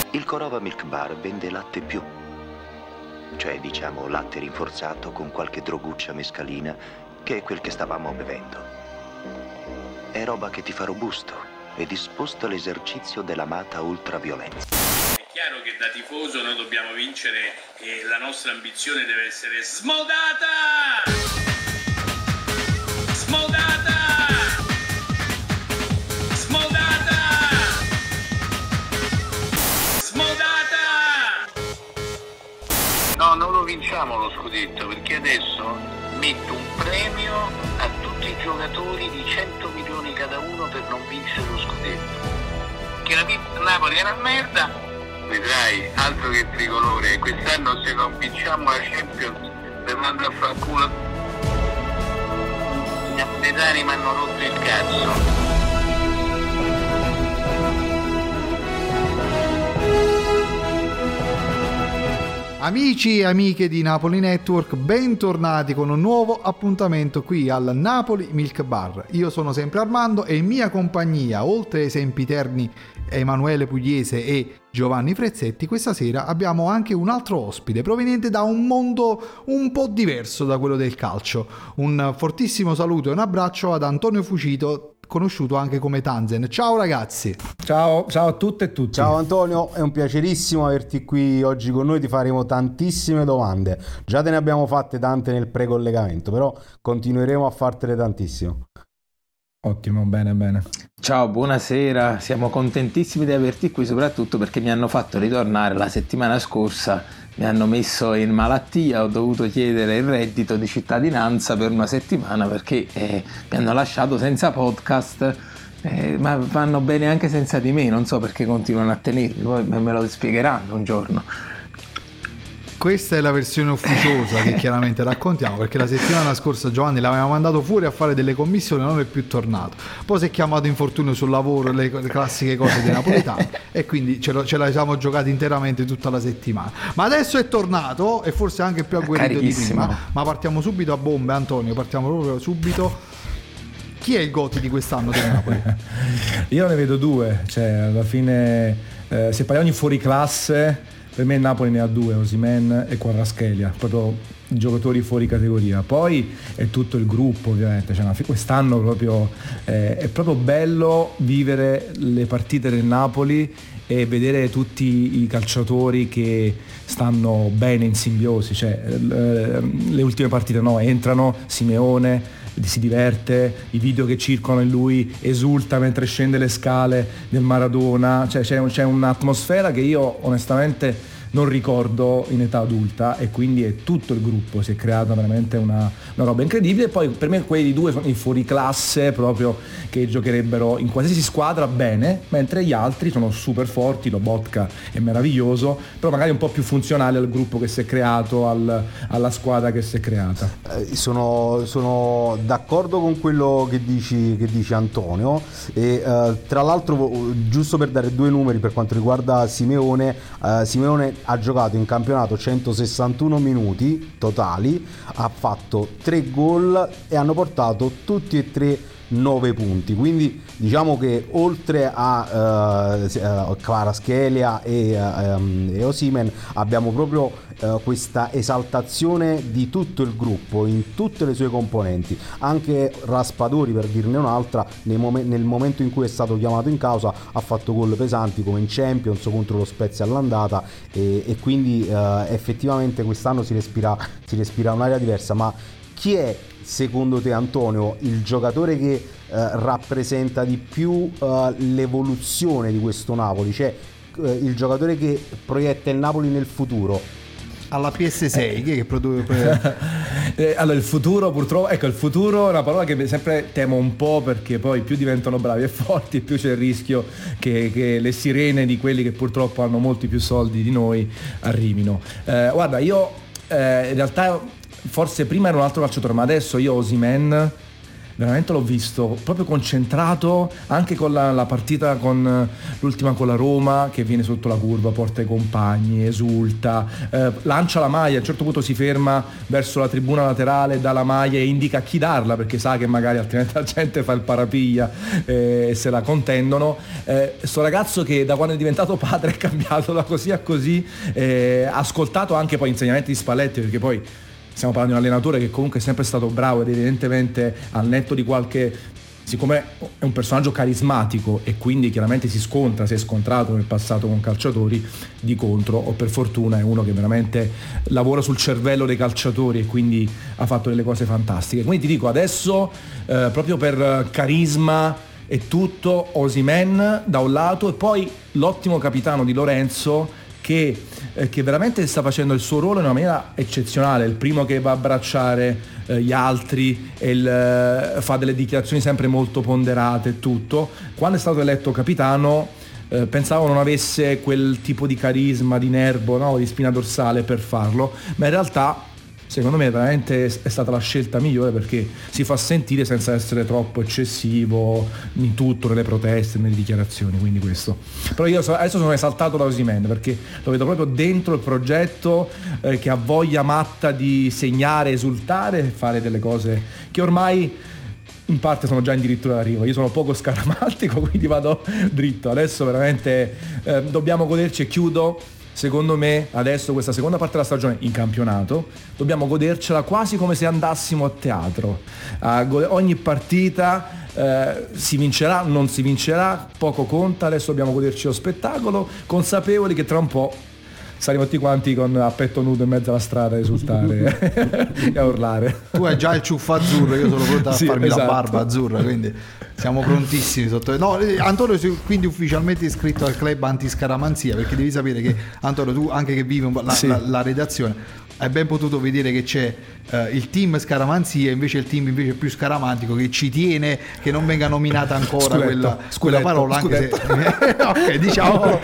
Il Corova Milk Bar vende latte più, cioè diciamo latte rinforzato con qualche droguccia mescalina, che è quel che stavamo bevendo. È roba che ti fa robusto e disposto all'esercizio dell'amata ultraviolenza. È chiaro che da tifoso noi dobbiamo vincere e la nostra ambizione deve essere smodata! Smodata! Smodata! Smodata! No, non lo vinciamo lo scudetto, perché adesso metto un premio a tutti i giocatori di 100 milioni cada uno per non vincere lo scudetto. Che la Napoli è una merda, vedrai, altro che tricolore. Quest'anno se non vinciamo la Champions per mandare a far culo. I napoletani mi hanno rotto il cazzo. Amici e amiche di Napoli Network, bentornati con un nuovo appuntamento qui al Napoli Milk Bar. Io sono sempre Armando e in mia compagnia, oltre ai sempiterni Emanuele Pugliese e Giovanni Frezzetti, questa sera abbiamo anche un altro ospite proveniente da un mondo un po' diverso da quello del calcio. Un fortissimo saluto e un abbraccio ad Antonio Fucito, conosciuto anche come Tanzen. Ciao ragazzi. Ciao a tutte e tutti. Ciao Antonio, è un piacerissimo averti qui oggi con noi, ti faremo tantissime domande. Già te ne abbiamo fatte tante nel pre-collegamento, però continueremo a fartele tantissimo. Ottimo, bene. Ciao, buonasera, siamo contentissimi di averti qui, soprattutto perché mi hanno fatto ritornare la settimana scorsa, mi hanno messo in malattia, ho dovuto chiedere il reddito di cittadinanza per una settimana perché mi hanno lasciato senza podcast, ma vanno bene anche senza di me, non so perché continuano a tenermi, poi me lo spiegheranno un giorno. Questa è la versione ufficiosa che chiaramente raccontiamo, perché la settimana scorsa Giovanni l'aveva mandato fuori a fare delle commissioni e non è più tornato. Poi si è chiamato infortunio sul lavoro, le classiche cose dei napoletani, e quindi ce la siamo giocati interamente tutta la settimana. Ma adesso è tornato e forse anche più agguerrito di prima. Ma partiamo subito a bombe, Antonio, partiamo proprio subito. Chi è il Goti di quest'anno del Napoli? Io ne vedo due, cioè alla fine se parliamo di fuoriclasse, per me il Napoli ne ha due, Osimhen e Kvaratskhelia, proprio giocatori fuori categoria. Poi è tutto il gruppo, ovviamente, cioè, quest'anno proprio è proprio bello vivere le partite del Napoli e vedere tutti i calciatori che stanno bene in simbiosi, cioè le ultime partite entrano, Simeone si diverte, i video che circolano e lui esulta mentre scende le scale del Maradona, cioè c'è un'atmosfera che io onestamente non ricordo in età adulta, e quindi è tutto il gruppo, si è creata veramente una roba incredibile. Poi per me quelli due sono i fuoriclasse proprio, che giocherebbero in qualsiasi squadra bene, mentre gli altri sono super forti. Lobotka è meraviglioso, però magari un po' più funzionale al gruppo che si è creato, alla squadra che si è creata. Sono d'accordo con quello che dici Antonio, e tra l'altro, giusto per dare due numeri per quanto riguarda Simeone ha giocato in campionato 161 minuti totali, ha fatto 3 gol e hanno portato tutti e tre 9 punti, quindi diciamo che oltre a Kvaratskhelia e Osimhen abbiamo proprio questa esaltazione di tutto il gruppo in tutte le sue componenti. Anche Raspadori, per dirne un'altra, nel momento in cui è stato chiamato in causa ha fatto gol pesanti, come in Champions contro lo Spezia all'andata, e quindi effettivamente quest'anno si respira un'area diversa. Ma chi è secondo te, Antonio, il giocatore che rappresenta di più l'evoluzione di questo Napoli, cioè il giocatore che proietta il Napoli nel futuro? Alla PS6 che produce allora il futuro, purtroppo, ecco, il futuro è una parola che sempre temo un po', perché poi più diventano bravi e forti, più c'è il rischio che le sirene di quelli che purtroppo hanno molti più soldi di noi arrivino. Guarda, io in realtà forse prima era un altro calciatore, ma adesso io Osimhen veramente l'ho visto proprio concentrato, anche con la partita con l'ultima con la Roma, che viene sotto la curva, porta i compagni, esulta, lancia la maglia, a un certo punto si ferma verso la tribuna laterale, dà la maglia e indica a chi darla, perché sa che magari altrimenti la gente fa il parapiglia e se la contendono. Sto ragazzo che da quando è diventato padre è cambiato da così a così, ascoltato anche poi insegnamenti di Spalletti, perché poi stiamo parlando di un allenatore che comunque è sempre stato bravo ed evidentemente al netto di qualche, siccome è un personaggio carismatico e quindi chiaramente si è scontrato nel passato con calciatori, di contro o per fortuna è uno che veramente lavora sul cervello dei calciatori e quindi ha fatto delle cose fantastiche. Quindi ti dico adesso proprio per carisma e tutto, Osimhen da un lato, e poi l'ottimo capitano Di Lorenzo che veramente sta facendo il suo ruolo in una maniera eccezionale, il primo che va a abbracciare gli altri e fa delle dichiarazioni sempre molto ponderate e tutto. Quando è stato eletto capitano pensavo non avesse quel tipo di carisma, di nervo, no? Di spina dorsale per farlo, ma in realtà secondo me veramente è stata la scelta migliore, perché si fa sentire senza essere troppo eccessivo in tutto, nelle proteste, nelle dichiarazioni, quindi questo. Però io adesso sono esaltato da Osimhen, perché lo vedo proprio dentro il progetto, che ha voglia matta di segnare, esultare e fare delle cose che ormai in parte sono già addirittura d'arrivo. Io sono poco scaramantico, quindi vado dritto. Adesso veramente dobbiamo goderci, e chiudo. Secondo me adesso questa seconda parte della stagione in campionato dobbiamo godercela quasi come se andassimo a teatro. Ogni partita si vincerà, non si vincerà, poco conta. Adesso dobbiamo goderci lo spettacolo, consapevoli che tra un po' saremo tutti quanti a petto nudo in mezzo alla strada a esultare e a urlare. Tu hai già il ciuffo azzurro, io sono pronto a farmi esatto. La barba azzurra, quindi siamo prontissimi no, Antonio sei quindi ufficialmente iscritto al club antiscaramanzia, perché devi sapere che Antonio, tu anche che vivi la redazione, hai ben potuto vedere che c'è il team scaramanzia, invece il team invece più scaramantico, che ci tiene che non venga nominata ancora quella parola, anche se ok, diciamo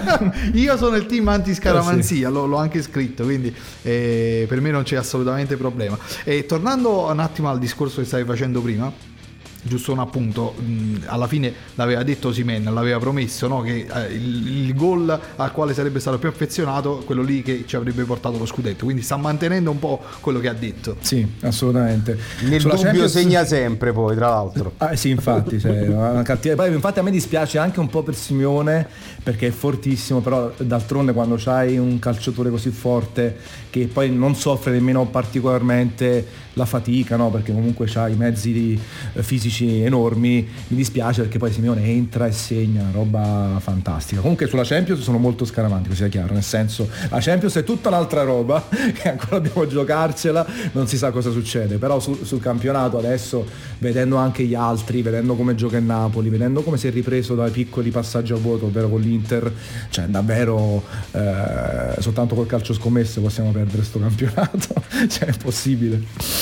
io sono il team antiscaramanzia, l'ho anche scritto, quindi per me non c'è assolutamente problema. E tornando un attimo al discorso che stavi facendo prima, giusto un appunto, alla fine l'aveva detto Osimhen, l'aveva promesso, no? Che il gol al quale sarebbe stato più affezionato, quello lì che ci avrebbe portato lo scudetto, quindi sta mantenendo un po' quello che ha detto. Sì, assolutamente. Nel dubbio Champions segna sempre, poi tra l'altro. Sì, infatti, poi infatti a me dispiace anche un po' per Simeone, perché è fortissimo, però d'altronde quando c'hai un calciatore così forte che poi non soffre nemmeno particolarmente la fatica, no? Perché comunque c'ha i mezzi fisici enormi, mi dispiace, perché poi Simeone entra e segna, una roba fantastica. Comunque sulla Champions sono molto scaramantico, sia chiaro, nel senso la Champions è tutta un'altra roba che ancora dobbiamo giocarcela, non si sa cosa succede, però sul campionato adesso, vedendo anche gli altri, vedendo come gioca il Napoli, vedendo come si è ripreso dai piccoli passaggi a vuoto, ovvero con l'Inter, cioè davvero soltanto col calcio scommesse possiamo perdere sto campionato, cioè è possibile.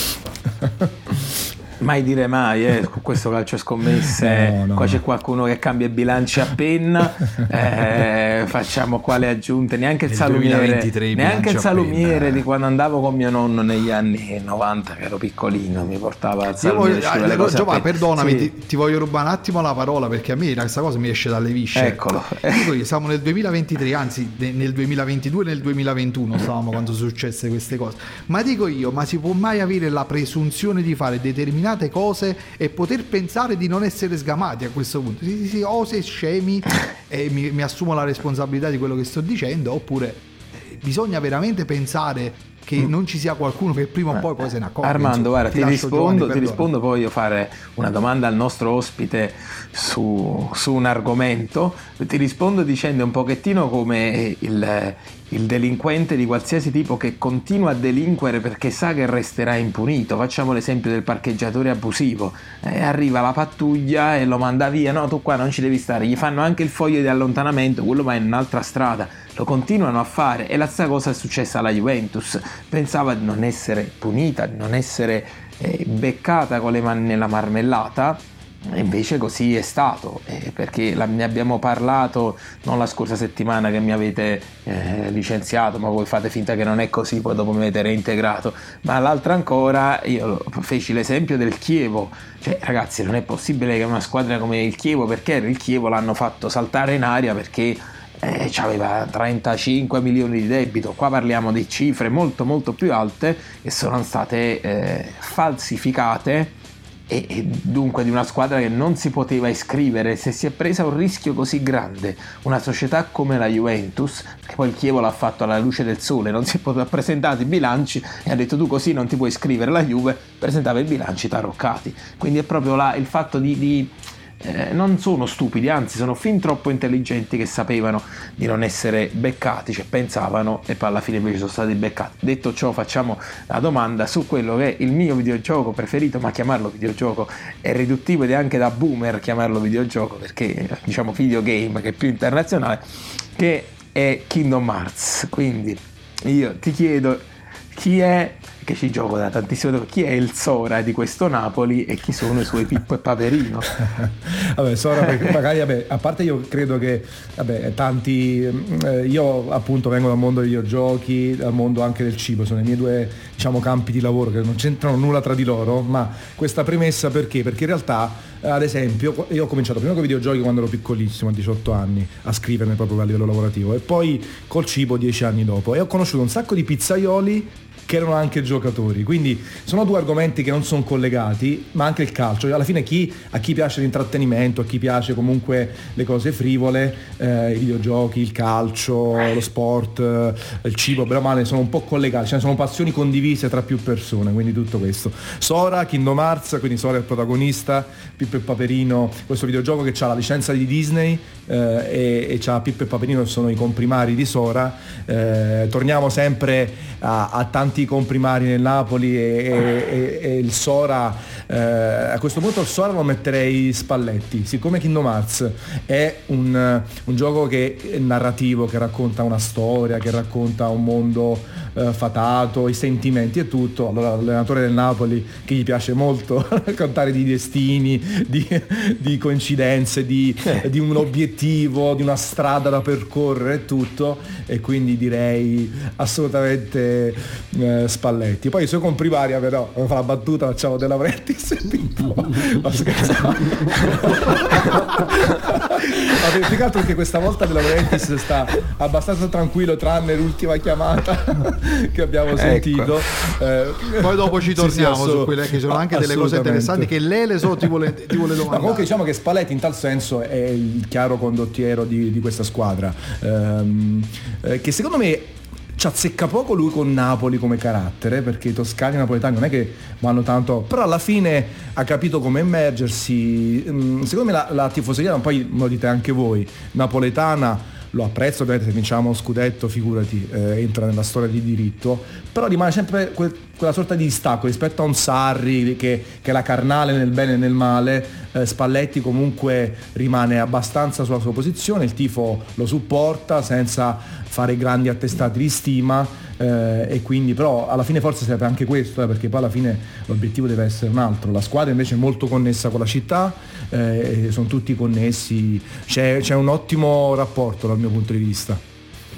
Mai dire mai, con questo calcio scommesse, no. Qua c'è qualcuno che cambia i bilanci a penna, facciamo quale aggiunte, neanche il salumiere di quando andavo con mio nonno negli anni 90, che ero piccolino, mi portava al salumiere. Giovanni, perdonami, sì. ti voglio rubare un attimo la parola, perché a me questa cosa mi esce dalle viscere. Eccolo. Siamo nel 2023, anzi nel 2022 e nel 2021 stavamo quando sono successe queste cose, ma dico io, ma si può mai avere la presunzione di fare determinate cose e poter pensare di non essere sgamati a questo punto? O sei scemi e mi assumo la responsabilità di quello che sto dicendo, oppure bisogna veramente pensare che non ci sia qualcuno che prima o poi se ne accorge. Armando, guarda, ti rispondo, poi io fare una domanda al nostro ospite su un argomento. Ti rispondo dicendo un pochettino come il delinquente di qualsiasi tipo che continua a delinquere perché sa che resterà impunito. Facciamo l'esempio del parcheggiatore abusivo, arriva la pattuglia e lo manda via, no, tu qua non ci devi stare, gli fanno anche il foglio di allontanamento, quello va in un'altra strada, lo continuano a fare. E la stessa cosa è successa alla Juventus, pensava di non essere punita, di non essere beccata con le mani nella marmellata, E invece così è stato, perché ne abbiamo parlato non la scorsa settimana che mi avete licenziato, ma voi fate finta che non è così, poi dopo mi avete reintegrato, ma l'altra ancora io feci l'esempio del Chievo, cioè ragazzi non è possibile che una squadra come il Chievo, perché il Chievo l'hanno fatto saltare in aria perché aveva 35 milioni di debito, qua parliamo di cifre molto molto più alte che sono state falsificate, e dunque di una squadra che non si poteva iscrivere. Se si è presa un rischio così grande una società come la Juventus, che poi il Chievo l'ha fatto alla luce del sole, non si ha presentato i bilanci e ha detto tu così non ti puoi iscrivere, la Juve presentava i bilanci taroccati, quindi è proprio il fatto di non sono stupidi, anzi sono fin troppo intelligenti che sapevano di non essere beccati, cioè pensavano e poi alla fine invece sono stati beccati. Detto ciò, facciamo la domanda su quello che è il mio videogioco preferito, ma chiamarlo videogioco è riduttivo ed è anche da boomer chiamarlo videogioco, perché diciamo videogame, che è più internazionale, che è Kingdom Hearts. Quindi io ti chiedo chi è, che ci gioco da tantissimo tempo, chi è il Sora di questo Napoli e chi sono i suoi Pippo e Paperino? Vabbè, Sora magari, a parte io credo che tanti, io appunto vengo dal mondo dei videogiochi, dal mondo anche del cibo, sono i miei due, diciamo, campi di lavoro che non c'entrano nulla tra di loro, ma questa premessa perché in realtà, ad esempio, io ho cominciato prima con i videogiochi quando ero piccolissimo, a 18 anni, a scriverne proprio a livello lavorativo, e poi col cibo 10 anni dopo, e ho conosciuto un sacco di pizzaioli che erano anche giocatori, quindi sono due argomenti che non sono collegati, ma anche il calcio, alla fine a chi piace l'intrattenimento, a chi piace comunque le cose frivole, i videogiochi, il calcio, lo sport, il cibo, bene o male sono un po' collegati, cioè sono passioni condivise tra più persone, quindi tutto questo. Sora, Kingdom Hearts, quindi Sora è il protagonista, Pippo e Paperino, questo videogioco che ha la licenza di Disney, e c'ha Pippo e Paperino che sono i comprimari di Sora. Torniamo sempre a tanti comprimari nel Napoli e il Sora, a questo punto il Sora lo metterei Spalletti, siccome Kingdom Hearts è un gioco che è narrativo, che racconta una storia, che racconta un mondo fatato, i sentimenti e tutto. Allora l'allenatore del Napoli, che gli piace molto raccontare di destini, di coincidenze, di un obiettivo, di una strada da percorrere e tutto, e quindi direi assolutamente Spalletti. Poi i suoi comprimari, però fa la battuta, facciamo De Laurentiis e Pippo. Ma scherzavo. Più che altro perché questa volta De Laurentiis sta abbastanza tranquillo, tranne l'ultima chiamata che abbiamo sentito. Poi dopo ci torniamo su quelle che sono anche delle cose interessanti che Lele ti vuole domandare. Ma comunque diciamo che Spalletti in tal senso è il chiaro condottiero di questa squadra, che secondo me ci azzecca poco lui con Napoli come carattere, perché i toscani e i napoletani non è che vanno tanto, però alla fine ha capito come immergersi. Secondo me la tifoseria, poi lo dite anche voi, napoletana, lo apprezzo, ovviamente se vinciamo uno scudetto figurati, entra nella storia di diritto, però rimane sempre quella sorta di distacco rispetto a un Sarri che è la carnale nel bene e nel male. Spalletti comunque rimane abbastanza sulla sua posizione, il tifo lo supporta senza fare grandi attestati di stima, e quindi però alla fine forse serve anche questo, perché poi alla fine l'obiettivo deve essere un altro. La squadra invece è molto connessa con la città, sono tutti connessi, c'è un ottimo rapporto dal mio punto di vista.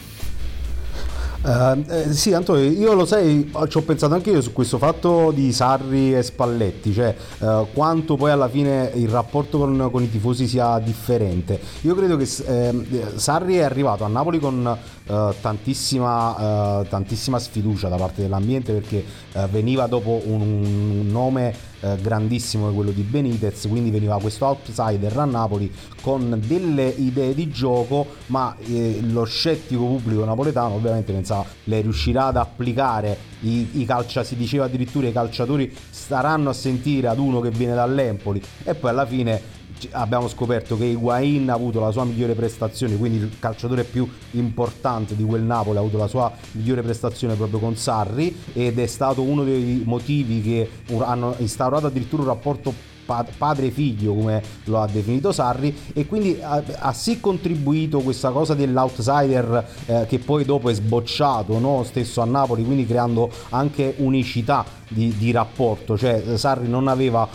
Sì, Antonio, io lo sai, ci ho pensato anche io su questo fatto di Sarri e Spalletti, cioè quanto poi alla fine il rapporto con i tifosi sia differente. Io credo che Sarri è arrivato a Napoli con tantissima sfiducia da parte dell'ambiente, perché veniva dopo un nome grandissimo come quello di Benitez, quindi veniva questo outsider a Napoli con delle idee di gioco, ma lo scettico pubblico napoletano ovviamente pensava le riuscirà ad applicare, si diceva addirittura i calciatori staranno a sentire ad uno che viene dall'Empoli, e poi alla fine abbiamo scoperto che Higuain ha avuto la sua migliore prestazione, quindi il calciatore più importante di quel Napoli ha avuto la sua migliore prestazione proprio con Sarri, ed è stato uno dei motivi che hanno instaurato addirittura un rapporto padre figlio, come lo ha definito Sarri, e quindi ha sì contribuito questa cosa dell'outsider che poi dopo è sbocciato, no? Stesso a Napoli, quindi creando anche unicità di rapporto, cioè Sarri non aveva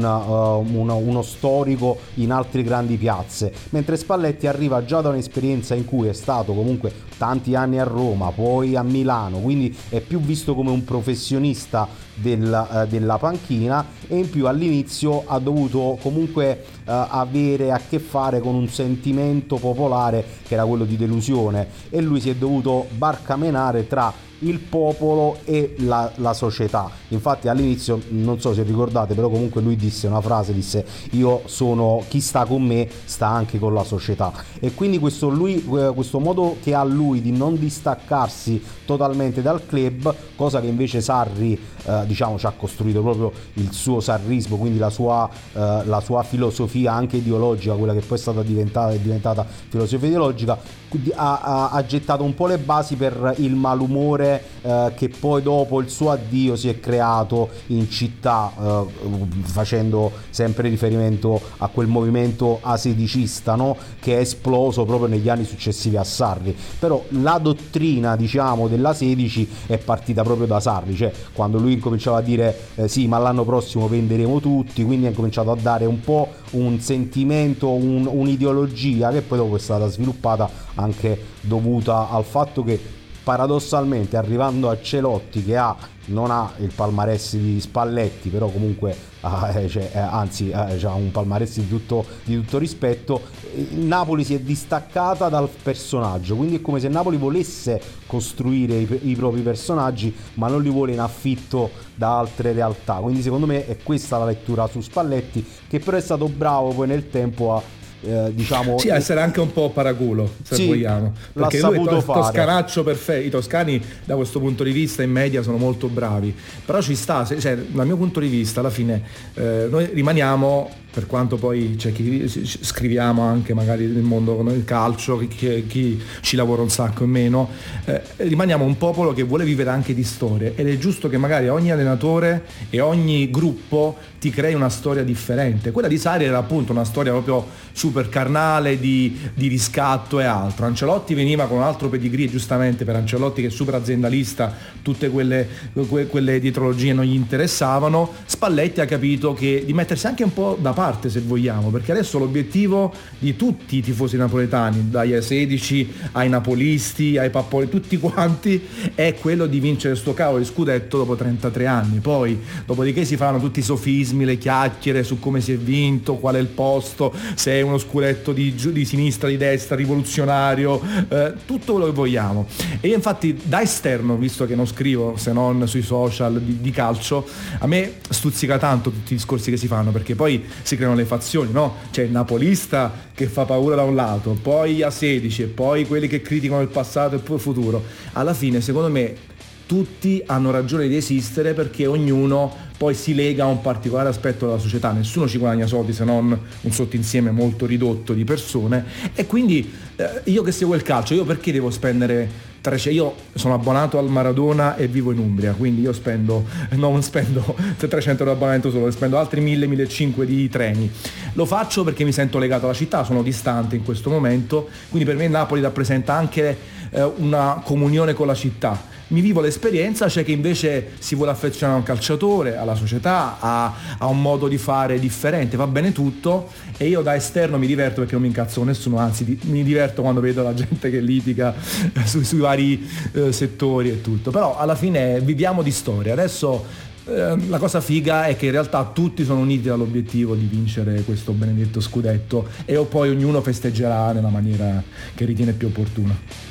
uno storico in altre grandi piazze, mentre Spalletti arriva già da un'esperienza in cui è stato comunque tanti anni a Roma, poi a Milano, quindi è più visto come un professionista della panchina, e in più all'inizio ha dovuto comunque avere a che fare con un sentimento popolare che era quello di delusione, e lui si è dovuto barcamenare tra il popolo e la società. Infatti all'inizio, non so se ricordate, però comunque lui disse una frase, disse: io sono, chi sta con me sta anche con la società. E quindi questo modo che ha lui di non distaccarsi totalmente dal club, cosa che invece Sarri diciamo ci ha costruito proprio il suo sarrismo, quindi la sua filosofia anche ideologica, quella che poi è diventata filosofia ideologica, ha gettato un po' le basi per il malumore che poi dopo il suo addio si è creato in città, facendo sempre riferimento a quel movimento asedicista, no? Che è esploso proprio negli anni successivi a Sarri. Però la dottrina, diciamo, della 16 è partita proprio da Sarri, cioè quando lui incominciava a dire sì, ma l'anno prossimo venderemo tutti, quindi ha incominciato a dare un po' un sentimento, un'ideologia che poi dopo è stata sviluppata anche dovuta al fatto che paradossalmente, arrivando a Celotti, che non ha il palmarès di Spalletti, però comunque anzi ha un palmarès di tutto rispetto, Napoli si è distaccata dal personaggio, quindi è come se Napoli volesse costruire i propri personaggi, ma non li vuole in affitto da altre realtà. Quindi secondo me è questa la lettura su Spalletti, che però è stato bravo poi nel tempo a diciamo sì, essere anche un po' paraculo, se sì, vogliamo, perché lui è toscanaccio perfetto. I toscani da questo punto di vista in media sono molto bravi, però ci sta, cioè, dal mio punto di vista alla fine noi rimaniamo, per quanto poi c'è chi scriviamo anche magari nel mondo come il calcio, chi ci lavora un sacco e meno, rimaniamo un popolo che vuole vivere anche di storie, ed è giusto che magari ogni allenatore e ogni gruppo ti crei una storia differente. Quella di Sarri era appunto una storia proprio super carnale di riscatto e altro. Ancelotti veniva con un altro pedigree, giustamente per Ancelotti che è super aziendalista tutte quelle dietrologie non gli interessavano. Spalletti ha capito che di mettersi anche un po' da parte, se vogliamo, perché adesso l'obiettivo di tutti i tifosi napoletani, dai A16 ai napolisti ai pappoli, tutti quanti, è quello di vincere sto cavolo di scudetto dopo 33 anni. Poi dopodiché si faranno tutti i sofismi, le chiacchiere su come si è vinto, qual è il posto, se è uno scudetto di sinistra, di destra, rivoluzionario, tutto quello che vogliamo. E io infatti da esterno, visto che non scrivo se non sui social di calcio, a me stuzzica tanto tutti i discorsi che si fanno, perché poi si creano le fazioni, no? C'è il napolista che fa paura da un lato, poi A16 e poi quelli che criticano il passato e il futuro. Alla fine secondo me tutti hanno ragione di esistere, perché ognuno poi si lega a un particolare aspetto della società, nessuno ci guadagna soldi se non un sottoinsieme molto ridotto di persone. E quindi io che seguo il calcio, io perché devo spendere io sono abbonato al Maradona e vivo in Umbria, quindi io non spendo 300 euro di abbonamento solo, spendo altri 1.000-1.500 di treni. Lo faccio perché mi sento legato alla città, sono distante in questo momento, quindi per me Napoli rappresenta anche una comunione con la città. Mi vivo l'esperienza, c'è chi invece si vuole affezionare a un calciatore, alla società, a un modo di fare differente, va bene tutto, e io da esterno mi diverto perché non mi incazzo con nessuno, anzi mi diverto quando vedo la gente che litiga sui vari settori e tutto. Però alla fine viviamo di storia. Adesso la cosa figa è che in realtà tutti sono uniti dall'obiettivo di vincere questo benedetto scudetto, e poi ognuno festeggerà nella maniera che ritiene più opportuna.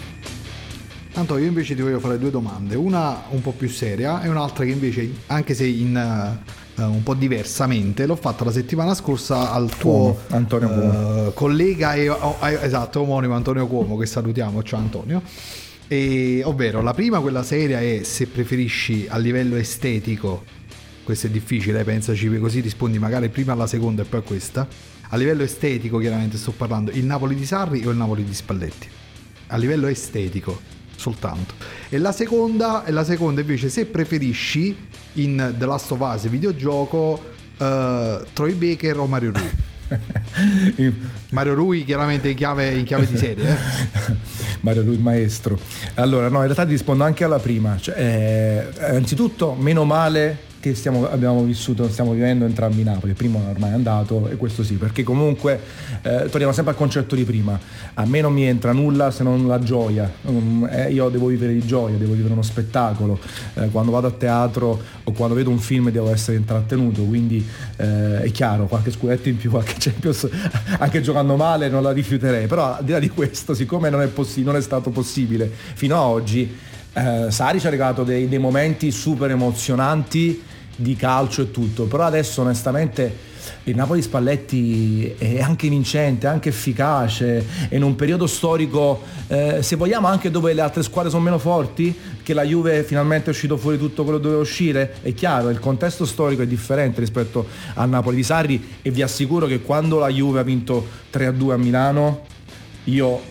Tanto io invece ti voglio fare due domande, una un po' più seria e un'altra che invece, anche se un po' diversamente, l'ho fatta la settimana scorsa al tuo Antonio Cuomo, collega esatto, omonimo Antonio Cuomo, che salutiamo. Ciao Antonio. Ovvero la prima, quella seria, è se preferisci a livello estetico, questo è difficile, pensaci, così rispondi magari prima alla seconda e poi a questa. A livello estetico chiaramente sto parlando, il Napoli di Sarri o il Napoli di Spalletti? A livello estetico soltanto. E la seconda invece, se preferisci in The Last of Us videogioco Troy Baker o Mario Rui? Mario Rui chiaramente in chiave di serie. Mario Rui maestro. Allora no, in realtà ti rispondo anche alla prima, cioè, anzitutto meno male che stiamo vivendo entrambi Napoli. Il primo ormai è andato, e questo sì, perché comunque torniamo sempre al concetto di prima. A me non mi entra nulla se non la gioia. Io devo vivere di gioia, devo vivere uno spettacolo. Quando vado a teatro o quando vedo un film devo essere intrattenuto, quindi è chiaro, qualche scudetto in più, qualche Champions anche giocando male non la rifiuterei. Però al di là di questo, siccome non è stato possibile fino a oggi, Sarri ci ha regalato dei momenti super emozionanti di calcio e tutto, però adesso onestamente il Napoli di Spalletti è anche vincente, anche efficace, è in un periodo storico, se vogliamo anche dove le altre squadre sono meno forti, che la Juve finalmente è uscito fuori tutto quello che doveva uscire. È chiaro, il contesto storico è differente rispetto al Napoli di Sarri, e vi assicuro che quando la Juve ha vinto 3-2 a Milano io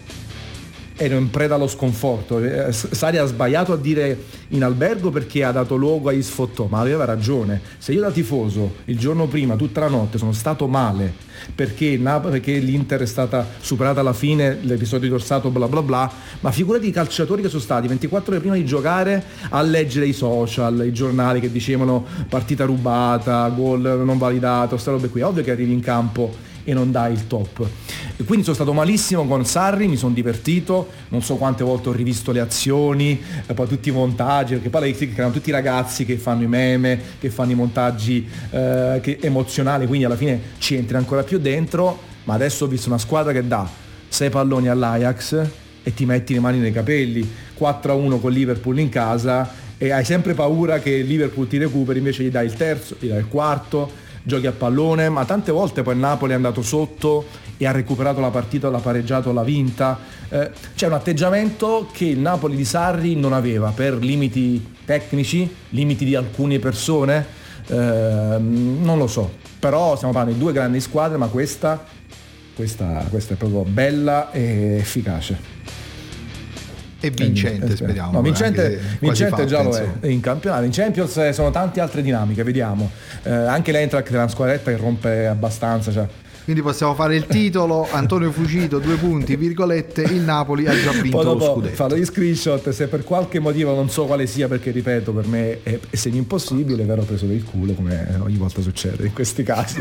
ero in preda allo sconforto. Sarri ha sbagliato a dire in albergo perché ha dato luogo agli sfottò, ma aveva ragione. Se io da tifoso il giorno prima tutta la notte sono stato male perché l'Inter è stata superata alla fine, l'episodio di Orsato bla bla bla, ma figurati i calciatori che sono stati 24 ore prima di giocare a leggere i social, i giornali che dicevano partita rubata, gol non validato, queste robe qui. Ovvio che arrivi in campo e non dai il top. E quindi sono stato malissimo con Sarri, mi sono divertito, non so quante volte ho rivisto le azioni, poi tutti i montaggi, perché poi erano tutti i ragazzi che fanno i meme, che fanno i montaggi emozionali, quindi alla fine ci entri ancora più dentro. Ma adesso ho visto una squadra che dà 6 palloni all'Ajax e ti metti le mani nei capelli, 4-1 con Liverpool in casa, e hai sempre paura che Liverpool ti recuperi, invece gli dai il terzo, gli dai il quarto, giochi a pallone, ma tante volte poi il Napoli è andato sotto e ha recuperato la partita, l'ha pareggiato, l'ha vinta. C'è un atteggiamento che il Napoli di Sarri non aveva per limiti tecnici, limiti di alcune persone, non lo so, però stiamo parlando di due grandi squadre, ma questa è proprio bella e efficace. E vincente, speriamo. No, vincente già lo è in campionato. In Champions sono tante altre dinamiche, vediamo. Anche l'Eintracht è una squadretta che rompe abbastanza, cioè. Quindi possiamo fare il titolo: Antonio Fucito, 2 punti, virgolette, il Napoli ha già vinto lo scudetto. Fanno gli screenshot, se per qualche motivo, non so quale sia, perché ripeto, per me è segno impossibile, verrò preso del culo, come ogni volta succede in questi casi.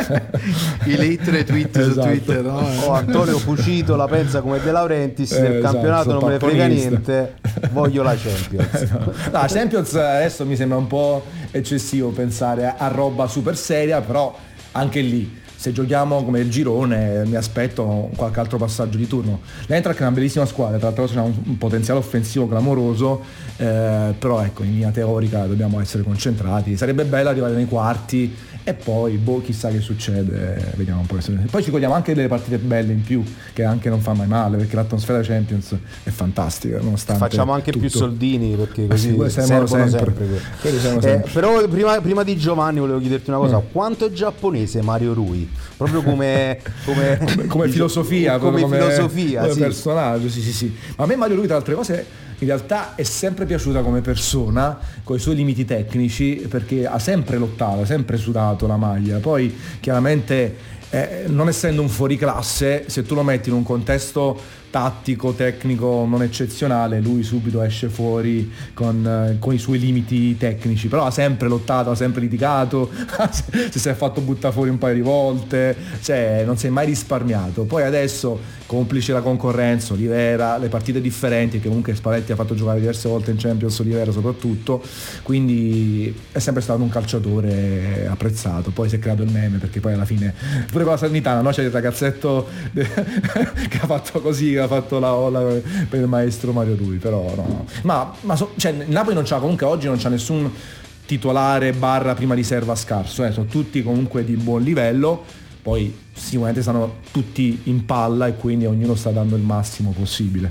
I late retweet su Twitter, no? Antonio Fucito la pensa come De Laurentiis, del campionato non me ne frega niente, voglio la Champions. La Champions adesso mi sembra un po' eccessivo pensare a roba super seria, però anche lì, se giochiamo come il girone, mi aspetto qualche altro passaggio di turno. L'Eintracht è una bellissima squadra, tra l'altro c'è un potenziale offensivo clamoroso, però ecco, in linea teorica dobbiamo essere concentrati. Sarebbe bello arrivare nei quarti e poi chissà che succede, vediamo un po'. Poi ci godiamo anche delle partite belle in più, che anche non fa mai male, perché l'atmosfera Champions è fantastica, nonostante facciamo anche tutto. Più soldini, perché così servono sempre. Però prima di Giovanni volevo chiederti una cosa: quanto è giapponese Mario Rui? Proprio come filosofia, come sì. Personaggio, sì. Ma a me Mario Rui, tra altre cose, in realtà è sempre piaciuta come persona, con i suoi limiti tecnici, perché ha sempre lottato, ha sempre sudato la maglia. Poi chiaramente non essendo un fuoriclasse, se tu lo metti in un contesto tattico, tecnico non eccezionale, lui subito esce fuori con i suoi limiti tecnici, però ha sempre lottato, ha sempre litigato, si è fatto buttare fuori un paio di volte, cioè non si è mai risparmiato. Poi adesso, complice la concorrenza, Olivera, le partite differenti, che comunque Spalletti ha fatto giocare diverse volte in Champions, Olivera soprattutto, quindi è sempre stato un calciatore apprezzato. Poi si è creato il meme, perché poi alla fine pure con la Salernitana, no? C'è il ragazzetto che ha fatto così, ha fatto la ola per il maestro Mario Rui, però no. Cioè, il Napoli non c'ha, comunque oggi non c'ha nessun titolare / prima riserva scarso, sono tutti comunque di buon livello. Poi sicuramente stanno tutti in palla e quindi ognuno sta dando il massimo possibile.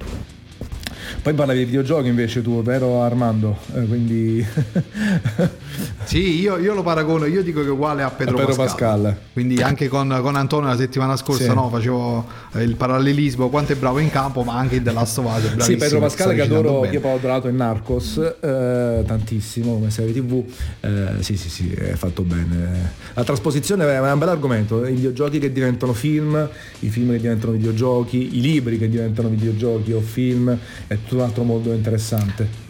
Poi parlavi di videogiochi invece tu, vero Armando? Quindi Sì, io lo paragono, io dico che è uguale a Pedro Pascal. Quindi anche con Antonio la settimana scorsa, sì, no, facevo il parallelismo, quanto è bravo in campo, ma anche in The Last of Us è bravissimo. Sì, Pedro Pascal che adoro, bene. io poi ho adorato in Narcos tantissimo come serie TV. Sì, è fatto bene. La trasposizione è un bel argomento, i videogiochi che diventano film, i film che diventano videogiochi, i libri che diventano videogiochi o film, è tutto un altro mondo interessante.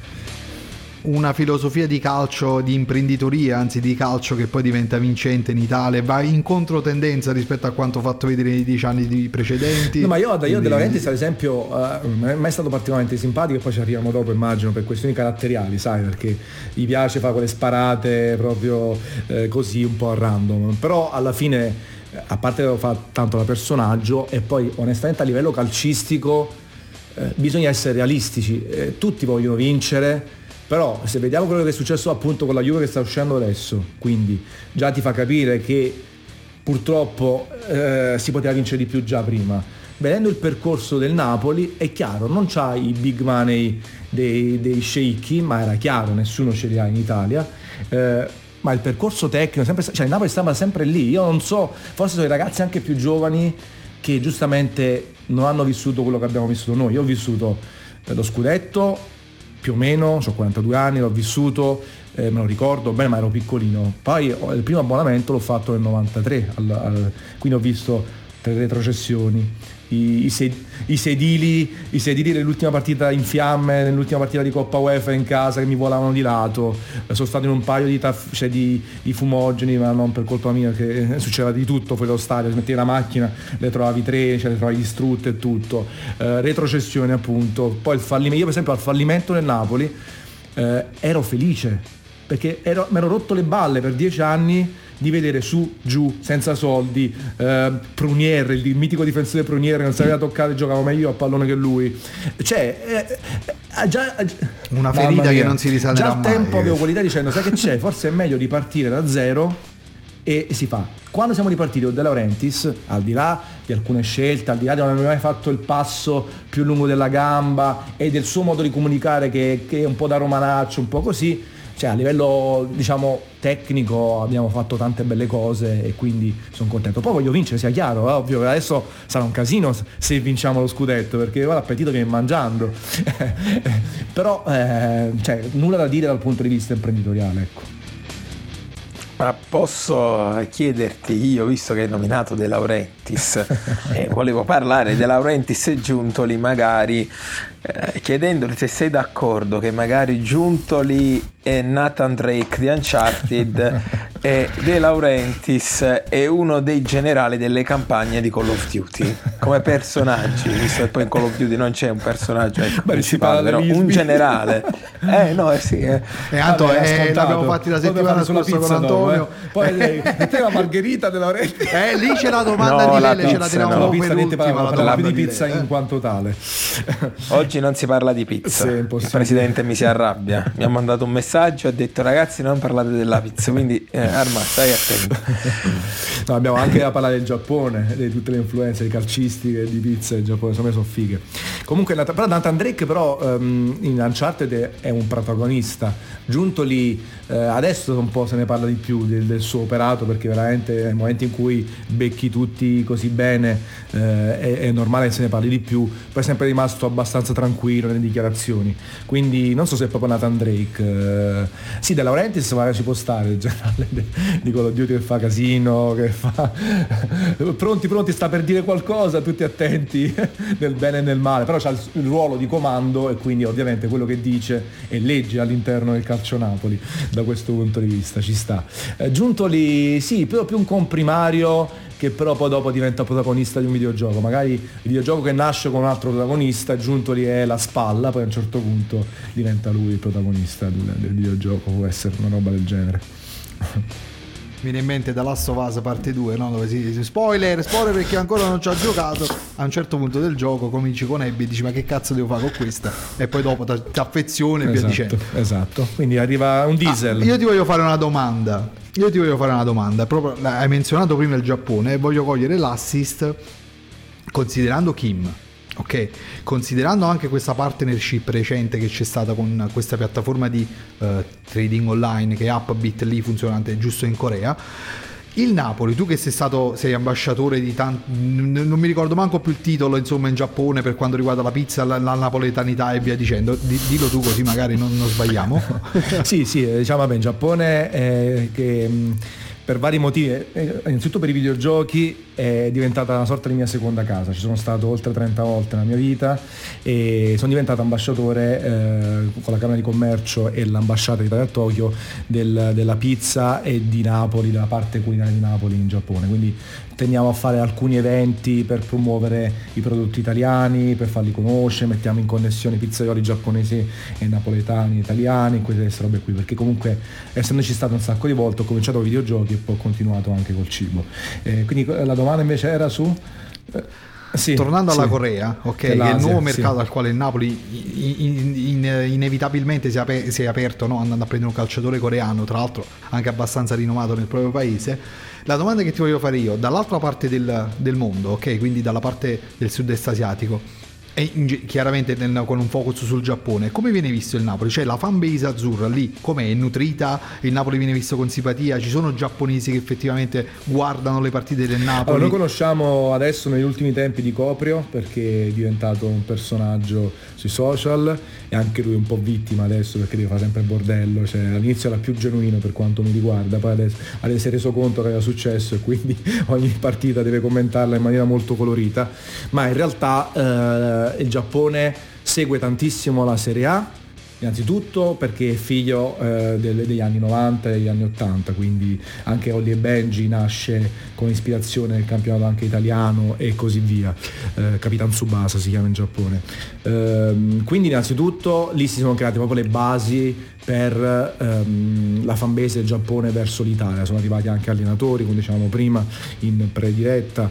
Una filosofia di calcio, di imprenditoria, anzi di calcio, che poi diventa vincente in Italia, va in controtendenza rispetto a quanto fatto vedere nei 10 anni precedenti. No, ma io De Laurentiis ad esempio non è mai stato particolarmente simpatico, e poi ci arriviamo dopo immagino per questioni caratteriali, sai, perché gli piace fare quelle sparate proprio così un po' a random, però alla fine, a parte che lo fa tanto da personaggio, e poi onestamente a livello calcistico bisogna essere realistici, tutti vogliono vincere. Però se vediamo quello che è successo appunto con la Juve che sta uscendo adesso, quindi già ti fa capire che purtroppo si poteva vincere di più già prima. Vedendo il percorso del Napoli è chiaro, non c'ha i big money dei sceicchi, ma era chiaro, nessuno ce li ha in Italia, ma il percorso tecnico, cioè il Napoli stava sempre lì. Io non so, forse sono i ragazzi anche più giovani che giustamente non hanno vissuto quello che abbiamo vissuto noi. Io ho vissuto lo scudetto, più o meno, ho 42 anni, l'ho vissuto, me lo ricordo bene, ma ero piccolino. Poi il primo abbonamento l'ho fatto nel 93, quindi ho visto 3 retrocessioni, i sedili nell'ultima partita in fiamme, nell'ultima partita di Coppa UEFA in casa che mi volavano di lato, sono stato in un paio di fumogeni, ma non per colpa mia, che succedeva di tutto fuori dallo stadio, smettevi la macchina, le trovavi 3, cioè le trovavi distrutte e tutto, retrocessione appunto. Poi il fallimento, io per esempio al fallimento del Napoli ero felice, perché mi ero rotto le balle per 10 anni di vedere su, giù, senza soldi, Prunier, il mitico difensore Prunier che non sapeva toccare, giocavo meglio a pallone che lui, cioè già una ferita che non si risanerà già al mai. tempo avevo quell'idea dicendo, sai che c'è, forse è meglio ripartire da zero, e si fa. Quando siamo ripartiti con De Laurentiis, al di là di alcune scelte, al di là di non aver mai fatto il passo più lungo della gamba e del suo modo di comunicare che è un po' da romanaccio, un po' così, cioè a livello diciamo tecnico abbiamo fatto tante belle cose e quindi sono contento. Poi voglio vincere, sia chiaro, ovvio che adesso sarà un casino se vinciamo lo scudetto, perché ora l'appetito viene mangiando però cioè, nulla da dire dal punto di vista imprenditoriale, ecco. Ma posso chiederti, io visto che hai nominato De Laurentiis, volevo parlare De Laurentiis e Giuntoli, magari chiedendoti se sei d'accordo che magari Giuntoli è Nathan Drake di Uncharted e De Laurentiis è uno dei generali delle campagne di Call of Duty come personaggi, visto che poi in Call of Duty non c'è un personaggio principale, però un generale. L'abbiamo fatti la settimana scorsa con Antonio. Poi metteva Margherita De Laurentiis. Lì c'è la domanda di Lele, ce la tiriamo per l'ultima. La di pizza in quanto tale. Oggi non si parla di pizza. Il presidente mi si arrabbia, mi ha mandato un messaggio, ha detto ragazzi non parlate della pizza, quindi Arma stai attento. No, abbiamo anche da parlare del Giappone, di tutte le influenze calcistiche di pizza del Giappone, secondo me sono fighe. Comunque però Nathan Drake però in Uncharted è un protagonista. Giuntoli adesso un po' se ne parla di più del suo operato, perché veramente nel momento in cui becchi tutti così bene è normale che se ne parli di più. Poi è sempre rimasto abbastanza tranquillo nelle dichiarazioni, quindi non so se è proprio Nathan Drake. Sì, De Laurentiis magari ci può stare, il generale di Call of Duty che fa casino, che fa pronti, sta per dire qualcosa, tutti attenti nel bene e nel male, però c'ha il ruolo di comando e quindi ovviamente quello che dice è legge all'interno del calcio Napoli. Da questo punto di vista ci sta. Giuntoli sì, però più un comprimario che però poi dopo diventa protagonista di un videogioco, magari il videogioco che nasce con un altro protagonista, Giuntoli è la spalla, poi a un certo punto diventa lui il protagonista del videogioco, può essere una roba del genere. Viene in mente The Last of Us parte 2, no? Dove si spoiler perché ancora non ci ha giocato. A un certo punto del gioco cominci con Abby e dici ma che cazzo devo fare con questa, e poi dopo ti affezioni e via dicendo. Esatto, quindi arriva un diesel. Io ti voglio fare una domanda. Proprio hai menzionato prima il Giappone e voglio cogliere l'assist considerando Kim, Ok, considerando anche questa partnership recente che c'è stata con questa piattaforma di trading online che è Upbit, lì funzionante giusto in Corea, il Napoli, tu che sei ambasciatore di non mi ricordo manco più il titolo, insomma, in Giappone per quanto riguarda la pizza, la napoletanità e via dicendo, dillo tu così magari non sbagliamo. sì, diciamo, vabbè, in Giappone che per vari motivi, innanzitutto per i videogiochi è diventata una sorta di mia seconda casa. Ci sono stato oltre 30 volte nella mia vita e sono diventato ambasciatore con la Camera di Commercio e l'ambasciata d'Italia a Tokyo della pizza e di Napoli, della parte culinaria di Napoli in Giappone. Quindi tendiamo a fare alcuni eventi per promuovere i prodotti italiani, per farli conoscere, mettiamo in connessione pizzaioli giapponesi e napoletani italiani, queste robe qui, perché comunque essendoci stato un sacco di volte ho cominciato con i videogiochi e poi ho continuato anche col cibo. Quindi la domanda invece era su... Sì, tornando alla Corea, ok, che è il nuovo mercato al quale il Napoli inevitabilmente si è aperto, no? Andando a prendere un calciatore coreano, tra l'altro anche abbastanza rinomato nel proprio paese. La domanda che ti voglio fare io, dall'altra parte del mondo, ok, quindi dalla parte del sud-est asiatico, e chiaramente con un focus sul Giappone, come viene visto il Napoli? Cioè la fanbase azzurra lì com'è? È nutrita? Il Napoli viene visto con simpatia? Ci sono giapponesi che effettivamente guardano le partite del Napoli? Allora, noi conosciamo adesso negli ultimi tempi Di Coprio, perché è diventato un personaggio sui social e anche lui un po' vittima adesso perché deve fare sempre bordello, cioè, all'inizio era più genuino per quanto mi riguarda, poi adesso si è reso conto che era successo e quindi ogni partita deve commentarla in maniera molto colorita, ma in realtà il Giappone segue tantissimo la Serie A, innanzitutto perché è figlio degli anni 90 e degli anni 80, quindi anche Holly e Benji nasce con ispirazione del campionato anche italiano e così via. Capitan Tsubasa si chiama in Giappone. Quindi innanzitutto lì si sono create proprio le basi per la fanbase del Giappone verso l'Italia. Sono arrivati anche allenatori, come dicevamo prima in prediretta,